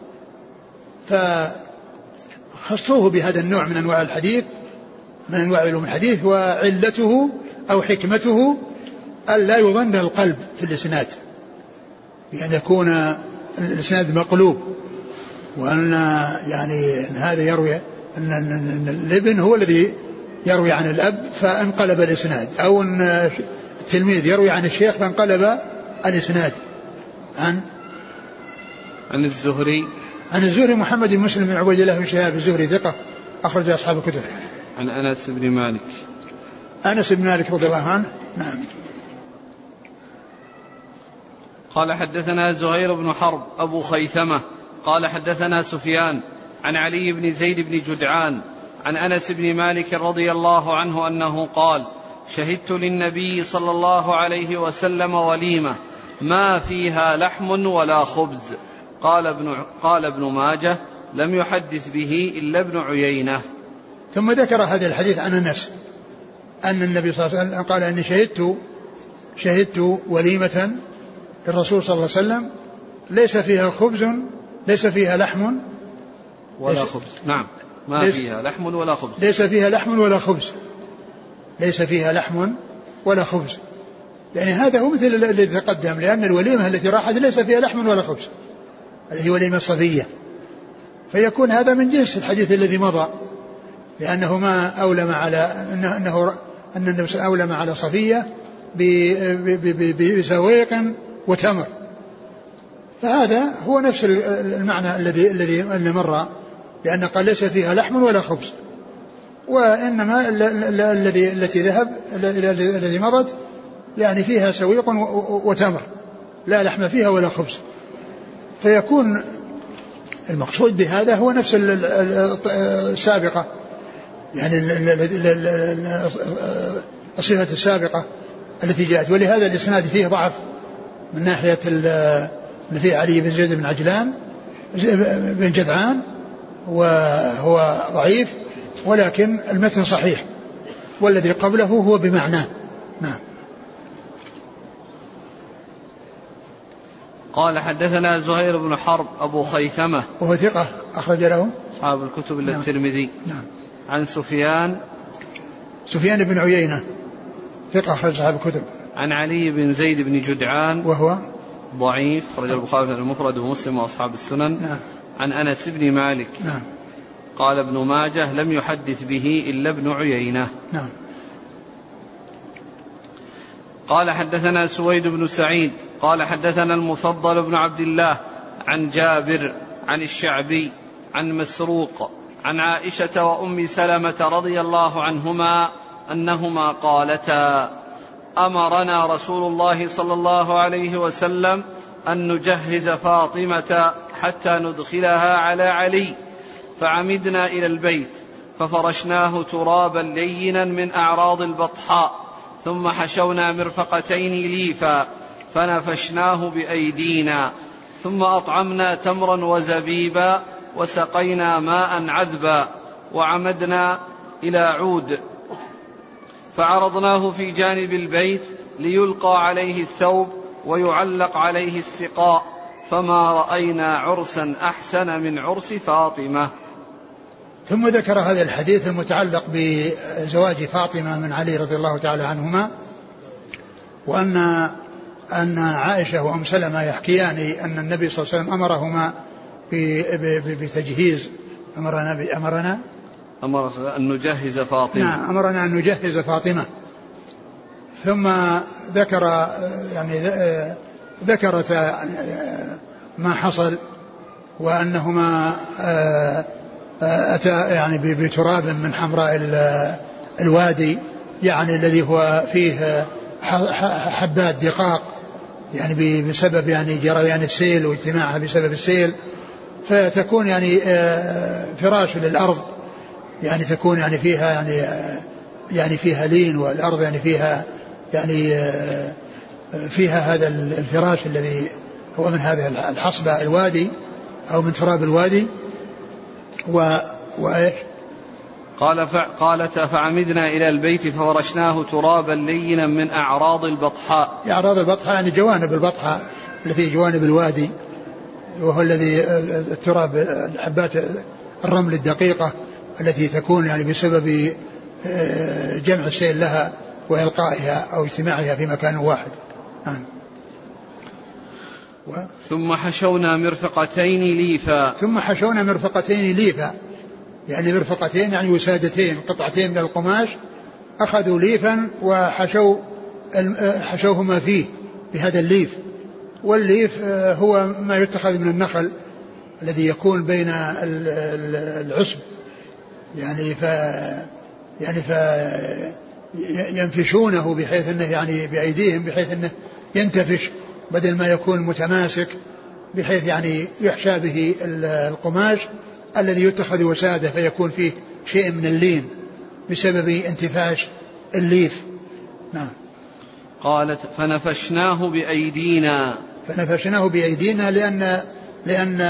فخصوه بهذا النوع من أنواع الحديث، من أنواع علوم الحديث. وعلته أو حكمته ألا يظن القلب في الإسناد، بأن يكون الإسناد مقلوب، وأن يعني أن هذا يروي أن الابن هو الذي يروي عن الأب فانقلب الإسناد، أو أن التلميذ يروي عن الشيخ فانقلب الإسناد.
عن الزهري
محمد بن مسلم بن عبيد الله بن شهاب الزهري ثقة أخرج أصحاب الكتب.
عن أنس بن مالك
رضي الله عنه. نعم.
قال حدثنا زهير بن حرب أبو خيثمة قال حدثنا سفيان عن علي بن زيد بن جدعان عن أنس بن مالك رضي الله عنه أنه قال: شهدت للنبي صلى الله عليه وسلم وليمة ما فيها لحم ولا خبز. قال ابن ماجه: لم يحدث به إلا ابن عيينة.
ثم ذكر هذا الحديث عن أنس أن النبي صلى الله عليه وسلم قال: أني شهدت وليمة للرسول صلى الله عليه وسلم ليس فيها خبز، ليس فيها لحم
ولا خبز. نعم، ما فيها لحم ولا خبز.
ليس فيها لحم ولا خبز، ليس فيها لحم ولا خبز، يعني هذا هو مثل الذي تقدم، لأن الوليمة التي راحت ليس فيها لحم ولا خبز، هذه وليمة صفية، فيكون هذا من جنس الحديث الذي مضى، لأنه ما أولم على أن النبي أولم على صفية بزويق وتمر، فهذا هو نفس المعنى الذي مر، لأن قال ليس فيها لحم ولا خبز، وإنما الذي مضت يعني فيها سويق وتمر، لا لحم فيها ولا خبز، فيكون المقصود بهذا هو نفس السابقة، يعني الصفة السابقة التي جاءت. ولهذا الإسناد فيه ضعف من ناحية فيه علي بن زيد بن جدعان وهو ضعيف، ولكن المتن صحيح، والذي قبله هو بمعناه. نعم.
قال حدثنا زهير بن حرب أبو خيثمة
وهو ثقة أخرج له
أصحاب الكتب إلا الترمذي.
نعم.
عن سفيان
بن عيينة ثقة أخرج أصحاب الكتب.
عن علي بن زيد بن جدعان
وهو
ضعيف أخرج البخاري في المفرد ومسلم وأصحاب السنن.
نعم.
عن أنس بن مالك.
نعم.
قال ابن ماجه: لم يحدث به إلا ابن عيينة.
نعم.
قال حدثنا سويد بن سعيد قال حدثنا المفضل بن عبد الله عن جابر عن الشعبي عن مسروق عن عائشة وأم سلمة رضي الله عنهما أنهما قالتا: أمرنا رسول الله صلى الله عليه وسلم أن نجهز فاطمة حتى ندخلها على علي، فعمدنا إلى البيت ففرشناه ترابا لينا من أعراض البطحاء، ثم حشونا مرفقتين ليفا فنفشناه بأيدينا، ثم أطعمنا تمرا وزبيبا وسقينا ماء عذبا، وعمدنا إلى عود فعرضناه في جانب البيت ليلقى عليه الثوب ويعلق عليه السقاء، فما رأينا عرسا أحسن من عرس فاطمة.
ثم ذكر هذا الحديث المتعلق بزواج فاطمة من علي رضي الله تعالى عنهما، وأن عائشة وأم سلمة يحكيان أن النبي صلى الله عليه وسلم أمرهما بتجهيز أمرنا
أن نجهز فاطمة.
نعم، أمرنا أن نجهز فاطمة. ثم ذكرت ما حصل، وأنهما أتى يعني بتراب من حمراء الوادي، يعني الذي هو فيه حبات دقاق، يعني بسبب يعني جريان السيل واجتماعها بسبب السيل، فتكون يعني فراش للأرض، يعني تكون يعني فيها يعني فيها لين، والأرض يعني فيها هذا الفراش الذي هو من هذا الحصبة الوادي أو من تراب الوادي. وإيش
قالت: فعمدنا إلى البيت فورشناه ترابا لينا من أعراض البطحاء.
أعراض البطحاء يعني جوانب البطحاء التي جوانب الوادي، وهو الذي التراب حبات الرمل الدقيقة التي تكون يعني بسبب جمع السيل لها وإلقائها أو اجتماعها في مكان واحد.
ثم حشونا مرفقتين ليفا.
ثم حشونا مرفقتين ليفا، يعني مرفقتين يعني وسادتين، قطعتين من القماش أخذوا ليفا حشوهما فيه بهذا الليف. والليف هو ما يتخذ من النخل الذي يكون بين العصب، يعني ينفشونه بحيث انه يعني بأيديهم بحيث انه ينتفش بدل ما يكون متماسك، بحيث يعني يحشى به القماش الذي يتخذ وسادة فيكون فيه شيء من اللين بسبب انتفاش الليف. نعم.
قالت فنفشناه بأيدينا.
فنفشناه بأيدينا لأن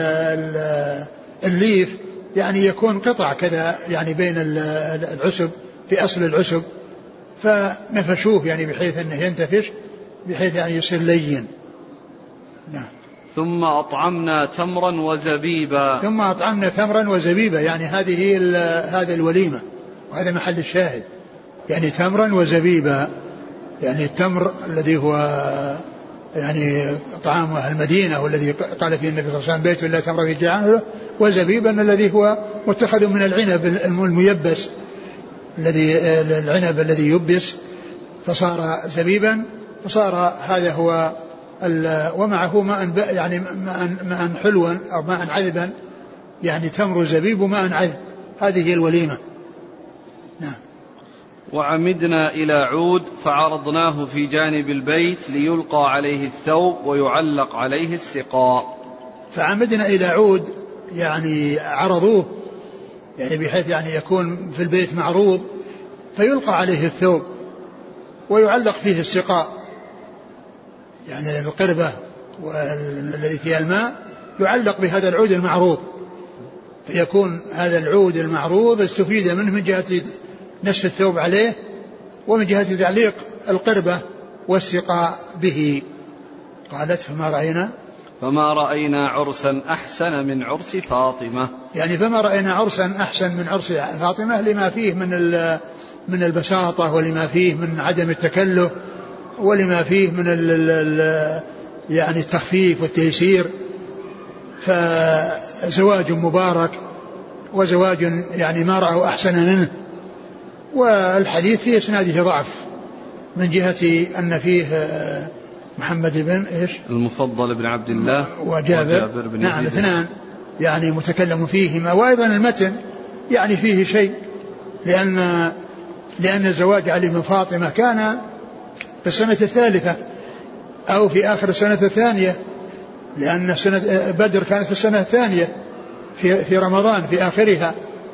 الليف يعني يكون قطع كذا يعني بين العسب في أصل العسب، فنفشوه يعني بحيث أنه ينتفش بحيث يعني يصير لين. نعم.
ثم أطعمنا تمرا وزبيبا.
ثم أطعمنا تمرا وزبيبا، يعني هذه الوليمة وهذا محل الشاهد، يعني تمرا وزبيبا، يعني التمر الذي هو يعني طعام أهل المدينة والذي قال فيه النبي صلى الله عليه وسلم بيت لا تمر في جعانه، وزبيبا الذي هو متخذ من العنب الميبس، العنب الذي يبس فصار زبيبا، فصار هذا هو ومعه ماء يعني ماء حلوا أو ماء عذبا، يعني تمر زبيب وماء عذب، هذه هي الوليمة. نعم.
وعمدنا إلى عود فعرضناه في جانب البيت ليلقى عليه الثوب ويعلق عليه السقاء.
فعمدنا إلى عود يعني عرضوه، يعني بحيث يعني يكون في البيت معروض فيلقى عليه الثوب ويعلق فيه السقاء، يعني القربة والذي فيها الماء يعلق بهذا العود المعروض، فيكون هذا العود المعروض استفيد منه من جهة نسف الثوب عليه ومن جهة تعليق القربة والسقاء به. قالت فما رأينا
عرسا أحسن من عرس فاطمة.
يعني فما رأينا عرسا أحسن من عرس فاطمة لما فيه من البساطة ولما فيه من عدم التكلف ولما فيه من يعني التخفيف والتيسير، فزواج مبارك وزواج يعني ما رأوا أحسن منه. والحديث في إسناده ضعف من جهة أن فيه محمد بن
المفضل بن عبد الله
وجابر بن نعم اثنان يعني متكلم فيهما. وأيضا المتن يعني فيه شيء، لأن زواج علي بن فاطمة كان في السنة الثالثة أو في آخر السنة الثانية، لأن سنة بدر كانت في السنة الثانية في رمضان في آخرها.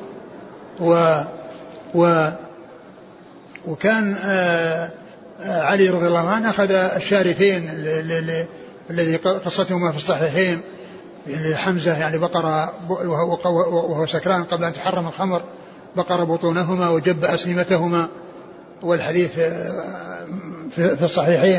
وكان علي رضي الله عنه أخذ الشارفين الذي قصتهما في الصحيحين، يعني حمزة يعني بقر وهو سكران قبل أن تحرم الخمر، بقر بطونهما وجب أسنمتهما، والحديث في الصحيحين.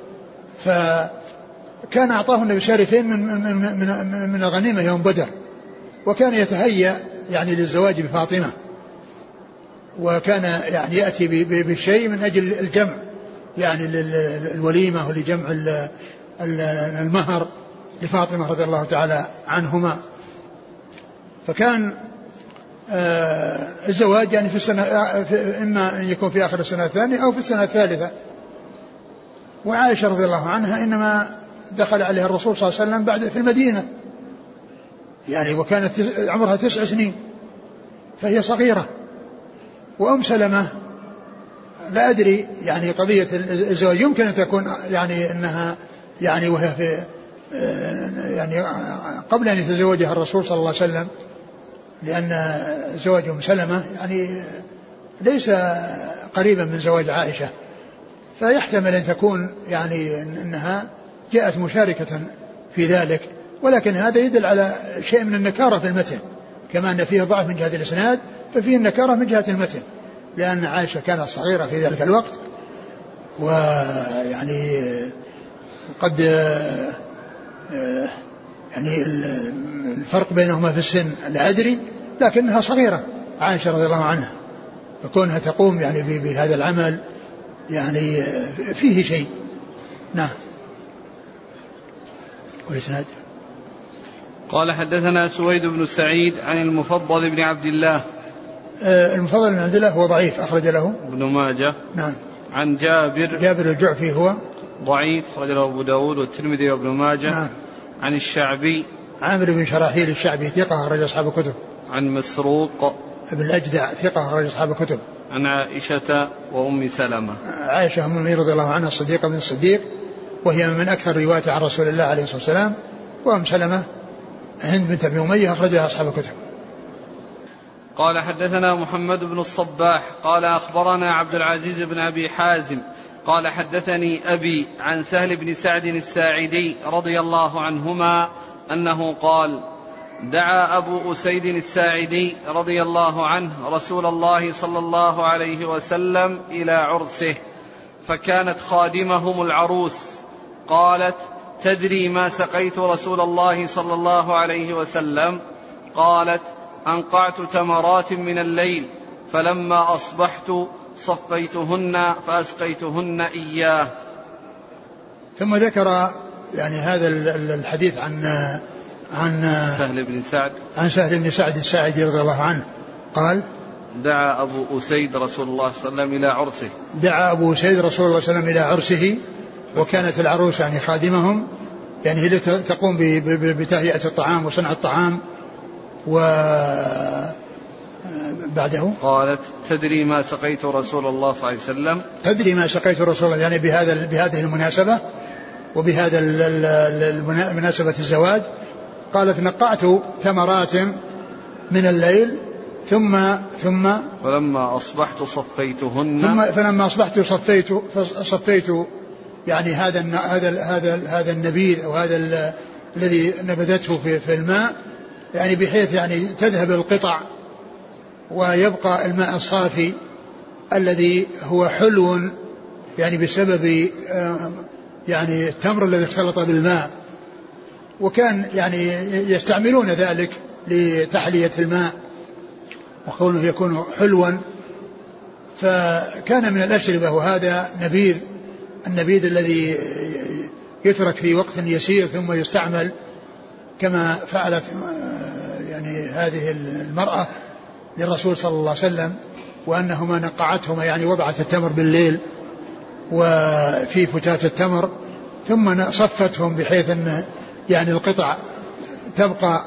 فكان أعطاه النبي شارفين من الغنيمة يوم بدر، وكان يتهيأ يعني للزواج بفاطمة، وكان يعني يأتي بالشيء من أجل الجمع يعني الوليمة ولجمع المهر لفاطمة رضي الله تعالى عنهما. فكان الزواج يعني في السنة إما أن يكون في آخر السنة الثانية أو في السنة الثالثة. وعائشة رضي الله عنها إنما دخل عليها الرسول صلى الله عليه وسلم بعد في المدينة، يعني وكانت عمرها 9 سنين فهي صغيرة. وأم سلمة لا أدري يعني قضية الزواج يمكن أن تكون يعني أنها يعني وهي في يعني قبل أن يتزوجها الرسول صلى الله عليه وسلم، لأن زواج أم سلمة يعني ليس قريبا من زواج عائشة، فيحتمل أن تكون يعني أنها جاءت مشاركة في ذلك. ولكن هذا يدل على شيء من النكارة في المتن، كما أن فيه ضعف من جهة الإسناد ففيه النكارة من جهة المتن، لأن عائشة كانت صغيرة في ذلك الوقت، ويعني قد يعني الفرق بينهما في السن لا أدري، لكنها صغيرة عائشة رضي الله عنها، فكونها تقوم يعني بهذا العمل يعني فيه شيء. نعم. والإسناد
قال حدثنا سويد بن سعيد عن المفضل بن عبد الله.
المفضل بن عبد الله هو ضعيف، أخرج له
ابن ماجه.
نعم.
عن جابر
الجعفي هو
ضعيف، أخرج له أبو داود والترمذي وابن ماجه.
نعم.
عن الشعبي
عامر بن شراحيل الشعبي ثقة، أخرج أصحاب الكتب.
عن مسروق
ابن الأجدع ثقة، أخرج أصحاب الكتب.
عن عائشة وأم سلمة.
عائشة أم المؤمنين رضي الله عنها الصديقة بن الصديق، وهي من أكثر رواية عن رسول الله عليه الصلاة والسلام. وأم سلمة هند بنت أبي أمية، أخرجها أصحاب الكتب.
قال حدثنا محمد بن الصباح قال أخبرنا عبد العزيز بن أبي حازم قال حدثني أبي عن سهل بن سعد الساعدي رضي الله عنهما أنه قال: دعا أبو أسيد الساعدي رضي الله عنه رسول الله صلى الله عليه وسلم إلى عرسه، فكانت خادمهم العروس. قالت: تدري ما سقيت رسول الله صلى الله عليه وسلم؟ قالت: أنقعت تمرات من الليل، فلما أصبحت صفيتهن فأسقيتهن إياه.
ثم ذكر يعني هذا الحديث عن سهل بن سعد الساعدي رضي الله عنه قال:
دعا أبو أسيد رسول الله صلى الله عليه وسلم إلى عرسه.
دعا أبو أسيد رسول الله صلى الله عليه وسلم إلى عرسه، وكانت العروس يعني خادمهم، يعني هي تقوم بتهيئة الطعام وصنع الطعام. وبعده
قالت: تدري ما سقيت رسول الله صلى الله عليه وسلم؟
تدري ما سقيت رسول الله، يعني بهذه المناسبة وبهذا مناسبة الزواج. قالت: نقعت تمرات من الليل ثم
فلما أصبحت صفيتهن.
فلما أصبحت صفيت يعني هذا النبيذ أو هذا الذي نبذته في الماء، يعني بحيث يعني تذهب القطع ويبقى الماء الصافي الذي هو حلو يعني بسبب يعني التمر الذي اختلط بالماء، وكان يعني يستعملون ذلك لتحلية الماء وكونه يكون حلوا. فكان من الأشربة، وهذا النبيذ الذي يترك في وقت يسير ثم يستعمل، كما فعلت يعني هذه المرأة للرسول صلى الله عليه وسلم، وأنهما نقعتهما يعني وضعت التمر بالليل وفي فتات التمر ثم صفتهم بحيث أن يعني القطع تبقى،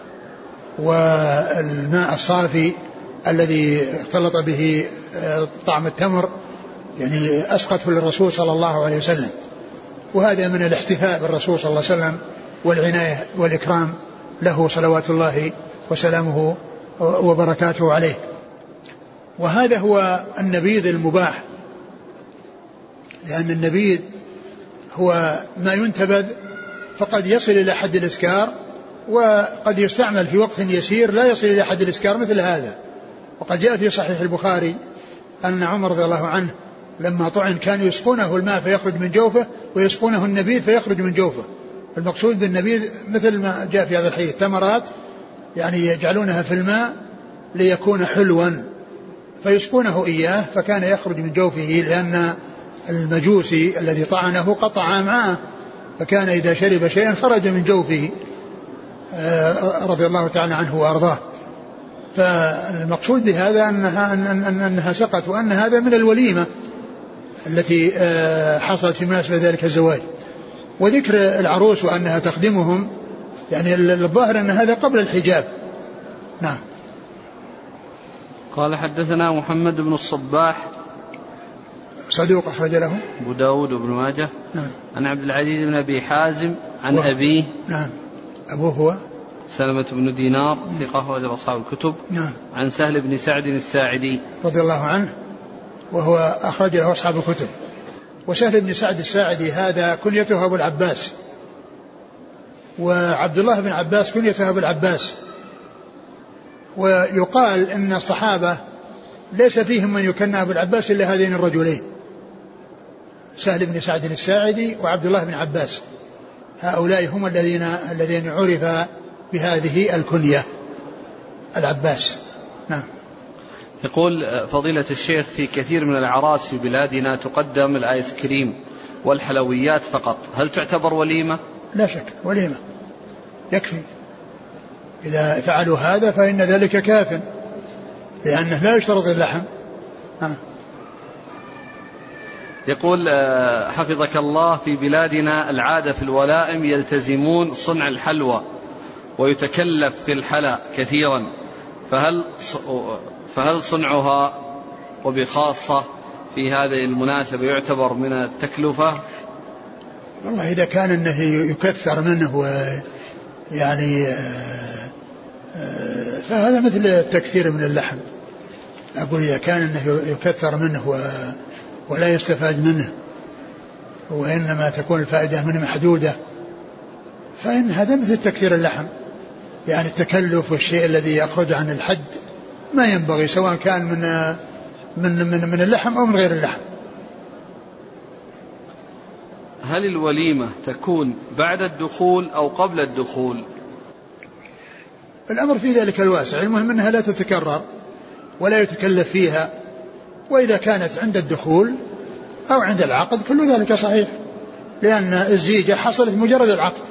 والماء الصافي الذي اختلط به طعم التمر يعني أسقته للرسول صلى الله عليه وسلم. وهذا من الاحتفاء بالرسول صلى الله عليه وسلم والعناية والإكرام له صلوات الله وسلامه وبركاته عليه. وهذا هو النبيذ المباح، لأن النبيذ هو ما ينتبذ فقد يصل إلى حد الإسكار، وقد يستعمل في وقت يسير لا يصل إلى حد الإسكار مثل هذا. وقد جاء في صحيح البخاري أن عمر رضي الله عنه لما طعن كانوا يسقونه الماء فيخرج من جوفه ويسقونه النبيذ فيخرج من جوفه. المقصود بالنبيذ مثل ما جاء في هذا الحديث تمرات يعني يجعلونها في الماء ليكون حلوا فيسقونه إياه، فكان يخرج من جوفه، لأن المجوسي الذي طعنه قطع معه، فكان إذا شرب شيئا خرج من جوفه رضي الله تعالى عنه وأرضاه. فالمقصود بهذا أنها سقط، وأن هذا من الوليمة التي حصلت في مناسبة ذلك الزواج. وذكر العروس وأنها تخدمهم يعني الظاهر أن هذا قبل الحجاب. نعم.
قال حدثنا محمد بن الصباح
صدوق أخرج له
أبو داود وابن ماجه.
نعم.
عن عبد العزيز بن أبي حازم عن أبيه.
نعم. أبوه هو
سلمة بن دينار ثقة أخرج أصحاب الكتب.
نعم.
عن سهل بن سعد الساعدي
رضي الله عنه وهو أخرج له أصحاب الكتب. وسهل بن سعد الساعدي هذا كنيته أبو العباس، وعبد الله بن عباس كنيته أبو العباس. ويقال إن الصحابة ليس فيهم من يكنى أبو العباس إلا هذين الرجلين، سهل بن سعد الساعدي وعبد الله بن عباس، هؤلاء هم الذين عرف بهذه الكنية العباس. نعم.
يقول فضيلة الشيخ في كثير من الأعراس في بلادنا تقدم الآيس كريم والحلويات فقط، هل تعتبر وليمة؟
لا شك وليمة يكفي، إذا فعلوا هذا فإن ذلك كاف، لأنه لا يشترط اللحم.
يقول حفظك الله في بلادنا العادة في الولائم يلتزمون صنع الحلوى ويتكلف في الحلا كثيرا، فهل صنعها وبخاصة في هذه المناسبة يعتبر من التكلفة؟
والله إذا كان أنه يكثر منه يعني فهذا مثل التكثير من اللحم. أقول إذا كان أنه يكثر منه ولا يستفاد منه وإنما تكون الفائدة منه محدودة، فإن هذا مثل تكثير اللحم، يعني التكلف والشيء الذي يخرج عن الحد ما ينبغي، سواء كان من اللحم أو من غير اللحم.
هل الوليمة تكون بعد الدخول أو قبل الدخول؟
الأمر في ذلك الواسع، المهم أنها لا تتكرر ولا يتكلف فيها، وإذا كانت عند الدخول أو عند العقد كل ذلك صحيح، لأن الزيجة حصلت مجرد العقد،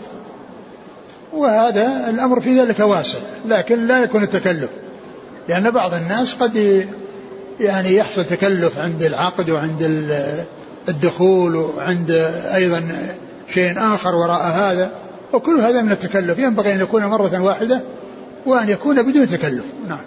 وهذا الأمر في ذلك واسع، لكن لا يكون التكلف، لأن بعض الناس قد يعني يحصل تكلف عند العقد وعند الدخول وعند أيضا شيء آخر وراء هذا، وكل هذا من التكلف، ينبغي أن يكون مرة واحدة وأن يكون بدون تكلف. نعم.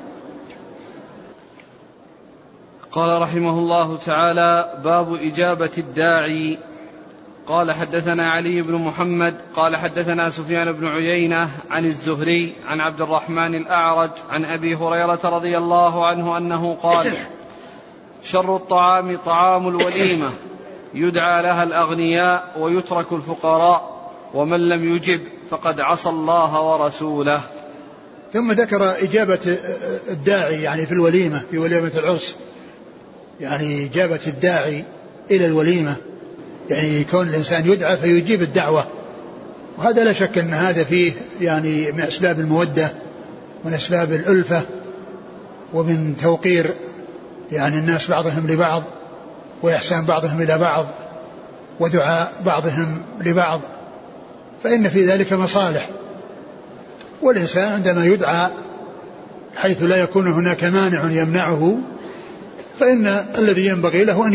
قال رحمه الله تعالى: باب إجابة الداعي. قال حدثنا علي بن محمد قال حدثنا سفيان بن عيينة عن الزهري عن عبد الرحمن الأعرج عن أبي هريرة رضي الله عنه أنه قال: شر الطعام طعام الوليمة يدعى لها الأغنياء ويترك الفقراء، ومن لم يجب فقد عصى الله ورسوله.
ثم ذكر إجابة الداعي يعني في الوليمة، في وليمة العرس، يعني إجابة الداعي إلى الوليمة، يعني يكون الإنسان يدعى فيجيب الدعوة، وهذا لا شك أن هذا فيه يعني من أسباب المودة ومن أسباب الألفة ومن توقير يعني الناس بعضهم لبعض وإحسان بعضهم إلى بعض ودعاء بعضهم لبعض، فإن في ذلك مصالح، والإنسان عندما يدعى حيث لا يكون هناك مانع يمنعه فإن الذي ينبغي له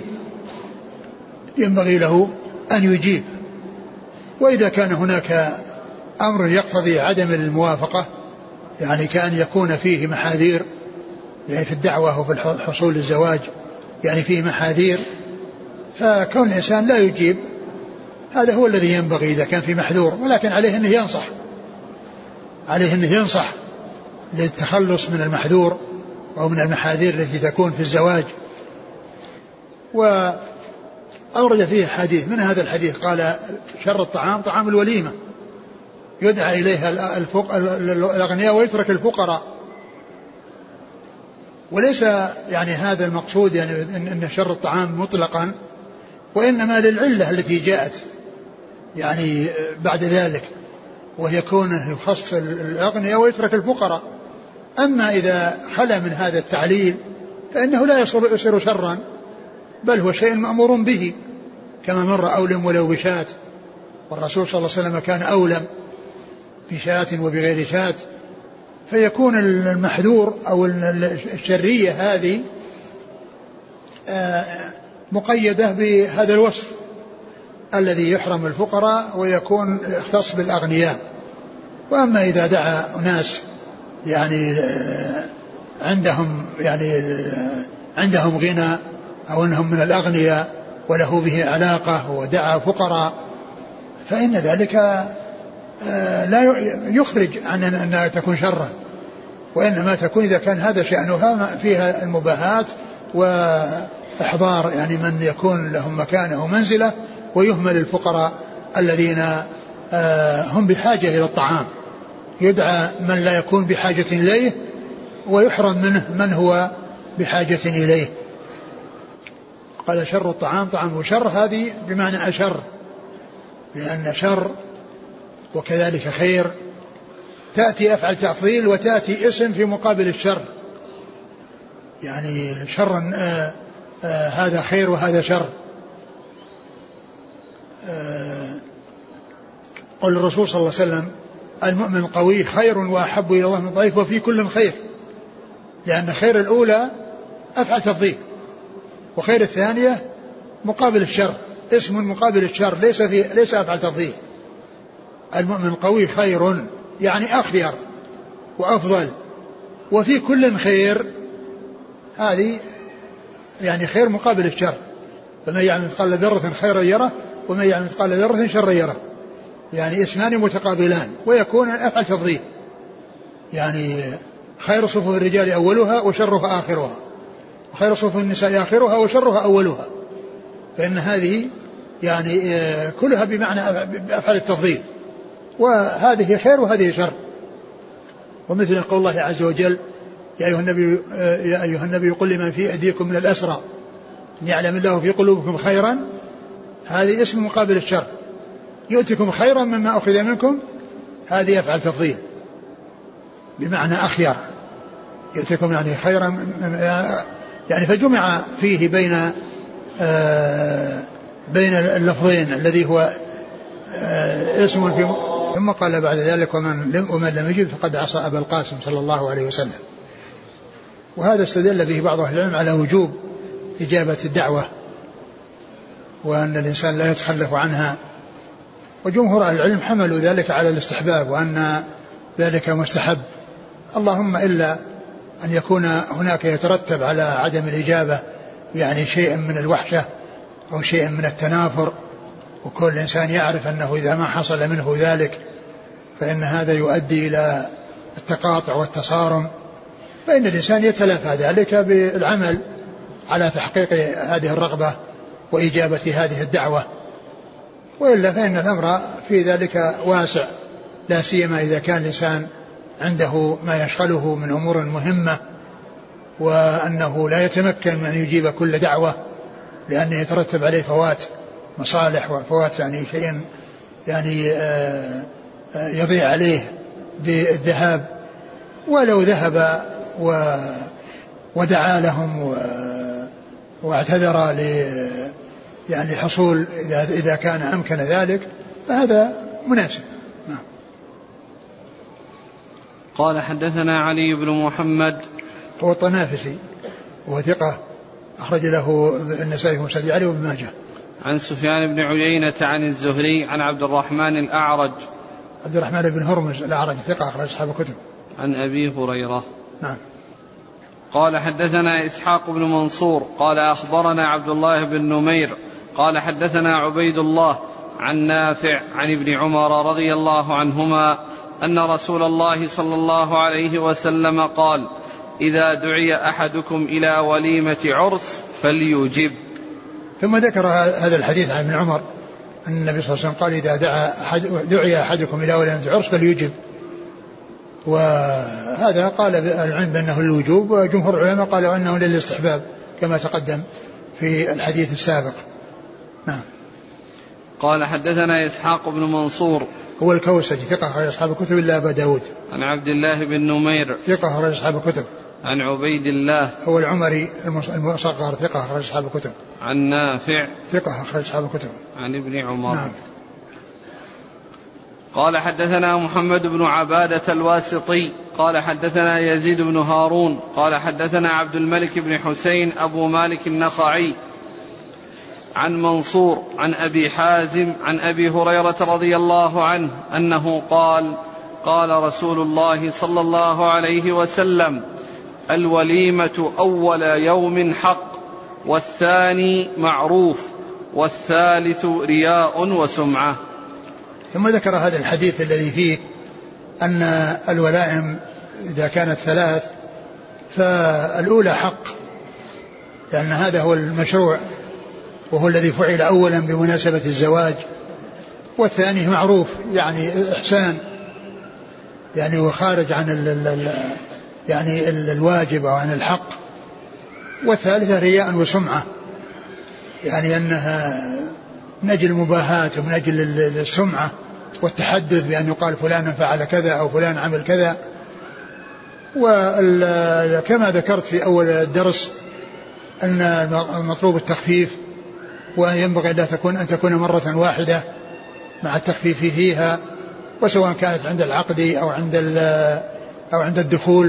أن يجيب، وإذا كان هناك أمر يقتضي عدم الموافقة، يعني كأن يكون فيه محاذير يعني في الدعوة وفي الحصول للزواج، يعني فيه محاذير، فكون الإنسان لا يجيب هذا هو الذي ينبغي إذا كان في محذور، ولكن عليه أنه ينصح للتخلص من المحذور أو من المحاذير التي تكون في الزواج. وأورد فيه حديث، من هذا الحديث قال: شر الطعام طعام الوليمة يدعى إليها الأغنياء ويترك الفقراء. وليس يعني هذا المقصود يعني أن شر الطعام مطلقا، وإنما للعلة التي جاءت يعني بعد ذلك، وهي كونه يخص الأغنياء ويترك الفقراء. أما إذا خلا من هذا التعليل فإنه لا يصير شرا، بل هو شيء مأمور به، كما مر: أولم ولو بشاة، والرسول صلى الله عليه وسلم كان أولم بشاة وبغير شاة، فيكون المحذور أو الشرية هذه مقيدة بهذا الوصف الذي يحرم الفقراء ويكون يختص بالأغنياء. وأما إذا دعا ناس يعني عندهم غنى أو أنهم من الأغنياء وله به علاقة ودعا فقراء، فإن ذلك لا يخرج عن أنها تكون شرا، وإنما تكون إذا كان هذا شأنها فيها المباهات وإحضار يعني من يكون لهم مكانة ومنزلة، ويهمل الفقراء الذين هم بحاجة إلى الطعام، يدعى من لا يكون بحاجة إليه ويحرم منه من هو بحاجة إليه. قال: شر الطعام طعام، وشر هذه بمعنى أشر، لأن شر وكذلك خير، تأتي أفعل تفضيل وتأتي اسم في مقابل الشر، يعني شر هذا خير وهذا شر. قال الرسول صلى الله عليه وسلم المؤمن القوي خير وأحب إلى الله من الضعيف وفي كل خير، لأن خير الأولى أفعل تفضيل، وخير الثانية مقابل الشر، اسم مقابل الشر، ليس أفعل تفضيل. المؤمن القوي خير يعني أخير وأفضل، وفي كل خير، هذه يعني خير مقابل الشر، فمن يعمل مثقال ذرة خيرا يره ومن يعمل مثقال ذرة شرا يره، يعني اسمان متقابلان، ويكون أفعل تفضيل، يعني خير صفوف الرجال أولها وشرها آخرها، وخير صفوف النساء آخرها وشرها أولها، فإن هذه يعني كلها بمعنى أفعل التفضيل، وهذه خير وهذه شر. ومثل قول الله عز وجل يا أيها النبي قل لمن في أيديكم من الأسرى إن يعلم الله في قلوبكم خيرا، هذه اسم مقابل الشر. يؤتكم خيرا مما أخذ منكم، هذه أفعل تفضيل بمعنى أخير، يؤتكم يعني خيرا، يعني فجمع فيه بين اللفظين الذي هو اسم في. ثم قال بعد ذلك ومن لم يجب فقد عصى أبا القاسم صلى الله عليه وسلم. وهذا استدل به بعض أهل العلم على وجوب إجابة الدعوة، وأن الإنسان لا يتخلف عنها، وجمهور أهل العلم حملوا ذلك على الاستحباب وأن ذلك مستحب، اللهم إلا أن يكون هناك يترتب على عدم الإجابة يعني شيء من الوحشة أو شيء من التنافر، وكل إنسان يعرف أنه إذا ما حصل منه ذلك فإن هذا يؤدي إلى التقاطع والتصارم، فإن الإنسان يتلافى ذلك بالعمل على تحقيق هذه الرغبة وإجابة هذه الدعوة، وإلا فإن الأمر في ذلك واسع، لا سيما إذا كان الإنسان عنده ما يشغله من أمور مهمة، وأنه لا يتمكن من أن يجيب كل دعوة لأنه يترتب عليه فوات مصالح وفوات يعني شيء يعني يضيع عليه بالذهاب. ولو ذهب ودعا لهم واعتذر يعني الحصول إذا كان أمكن ذلك فهذا مناسب.
قال حدثنا علي بن محمد
هو الطنافسي وهو ثقة أخرج له النسائي ومسند علي وابن ماجه.
عن سفيان بن عيينة عن الزهري عن عبد الرحمن الأعرج
عبد الرحمن بن هرمز الأعرج ثقة أخرج أصحاب الكتب.
عن أبي هريرة.
نعم.
قال حدثنا إسحاق بن منصور قال أخبرنا عبد الله بن نمير قال حدثنا عبيد الله عن نافع عن ابن عمر رضي الله عنهما أن رسول الله صلى الله عليه وسلم قال إذا دعي أحدكم إلى وليمة عرس فليجب.
ثم ذكر هذا الحديث عن ابن عمر أن النبي صلى الله عليه وسلم قال إذا دعي أحدكم إلى وليمة عرس فليجب، وهذا قال العلم بأنه الوجوب، وجمهور العلماء قالوا أنه للاستحباب كما تقدم في الحديث السابق. نعم.
قال حدثنا إسحاق بن منصور
هو الكوسجي ثقة أخرج أصحاب الكتب إلا أبا داود.
عن عبد الله بن نمير
ثقة أخرج أصحاب الكتب.
عن عبيد الله هو
العمري المصغر ثقة أخرج أصحاب الكتب.
عن نافع
ثقة أخرج أصحاب الكتب.
عن ابن عمر.
نعم.
قال حدثنا محمد بن عبادة الواسطي قال حدثنا يزيد بن هارون قال حدثنا عبد الملك بن حسين أبو مالك النخعي عن منصور عن أبي حازم عن أبي هريرة رضي الله عنه أنه قال قال رسول الله صلى الله عليه وسلم الوليمة أول يوم حق، والثاني معروف، والثالث رياء وسمعة.
ثم ذكر هذا الحديث الذي فيه أن الولائم إذا كانت ثلاث فالأولى حق، لأن هذا هو المشروع وهو الذي فعل أولا بمناسبة الزواج، والثاني معروف يعني إحسان يعني وخارج عن يعني الواجب أو عن الحق، والثالثة رياء وسمعة يعني أنها من أجل المباهاة ومن أجل السمعة والتحدث بأن يقال فلان فعل كذا أو فلان عمل كذا. وكما ذكرت في أول الدرس أن المطلوب التخفيف، وأن ينبغي أن تكون مرة واحدة مع التخفيف فيها، وسواء كانت عند العقد أو عند الدخول.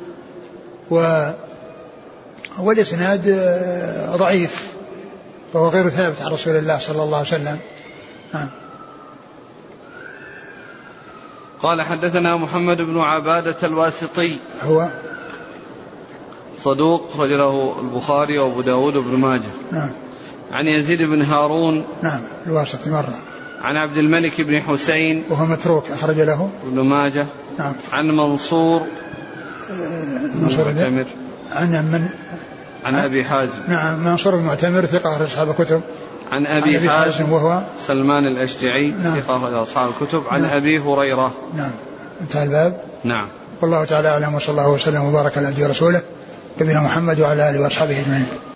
والإسناد ضعيف فهو غير ثابت عن رسول الله صلى الله عليه وسلم.
قال حدثنا محمد بن عبادة الواسطي،
هو
صدوق رجله البخاري وابو داود وابن ماجه.
نعم.
عن يزيد بن هارون،
نعم الواسطي مرة.
عن عبد الملك بن حسين
وهو متروك أخرج له
ابن ماجه.
نعم.
عن منصور المعتمر عن أبي حازم.
نعم منصور المعتمر ثقة أخرج أصحاب الكتب.
عن أبي حازم
وهو
سلمان الأشجعي
نعم.
ثقة أخرج أصحاب الكتب. عن
نعم.
أبي هريرة.
نعم. انتهى الباب.
نعم.
والله تعالى أعلم، وصلى الله وسلم وبارك على عبده ورسوله نبينا محمد وعلى آله وأصحابه أجمعين.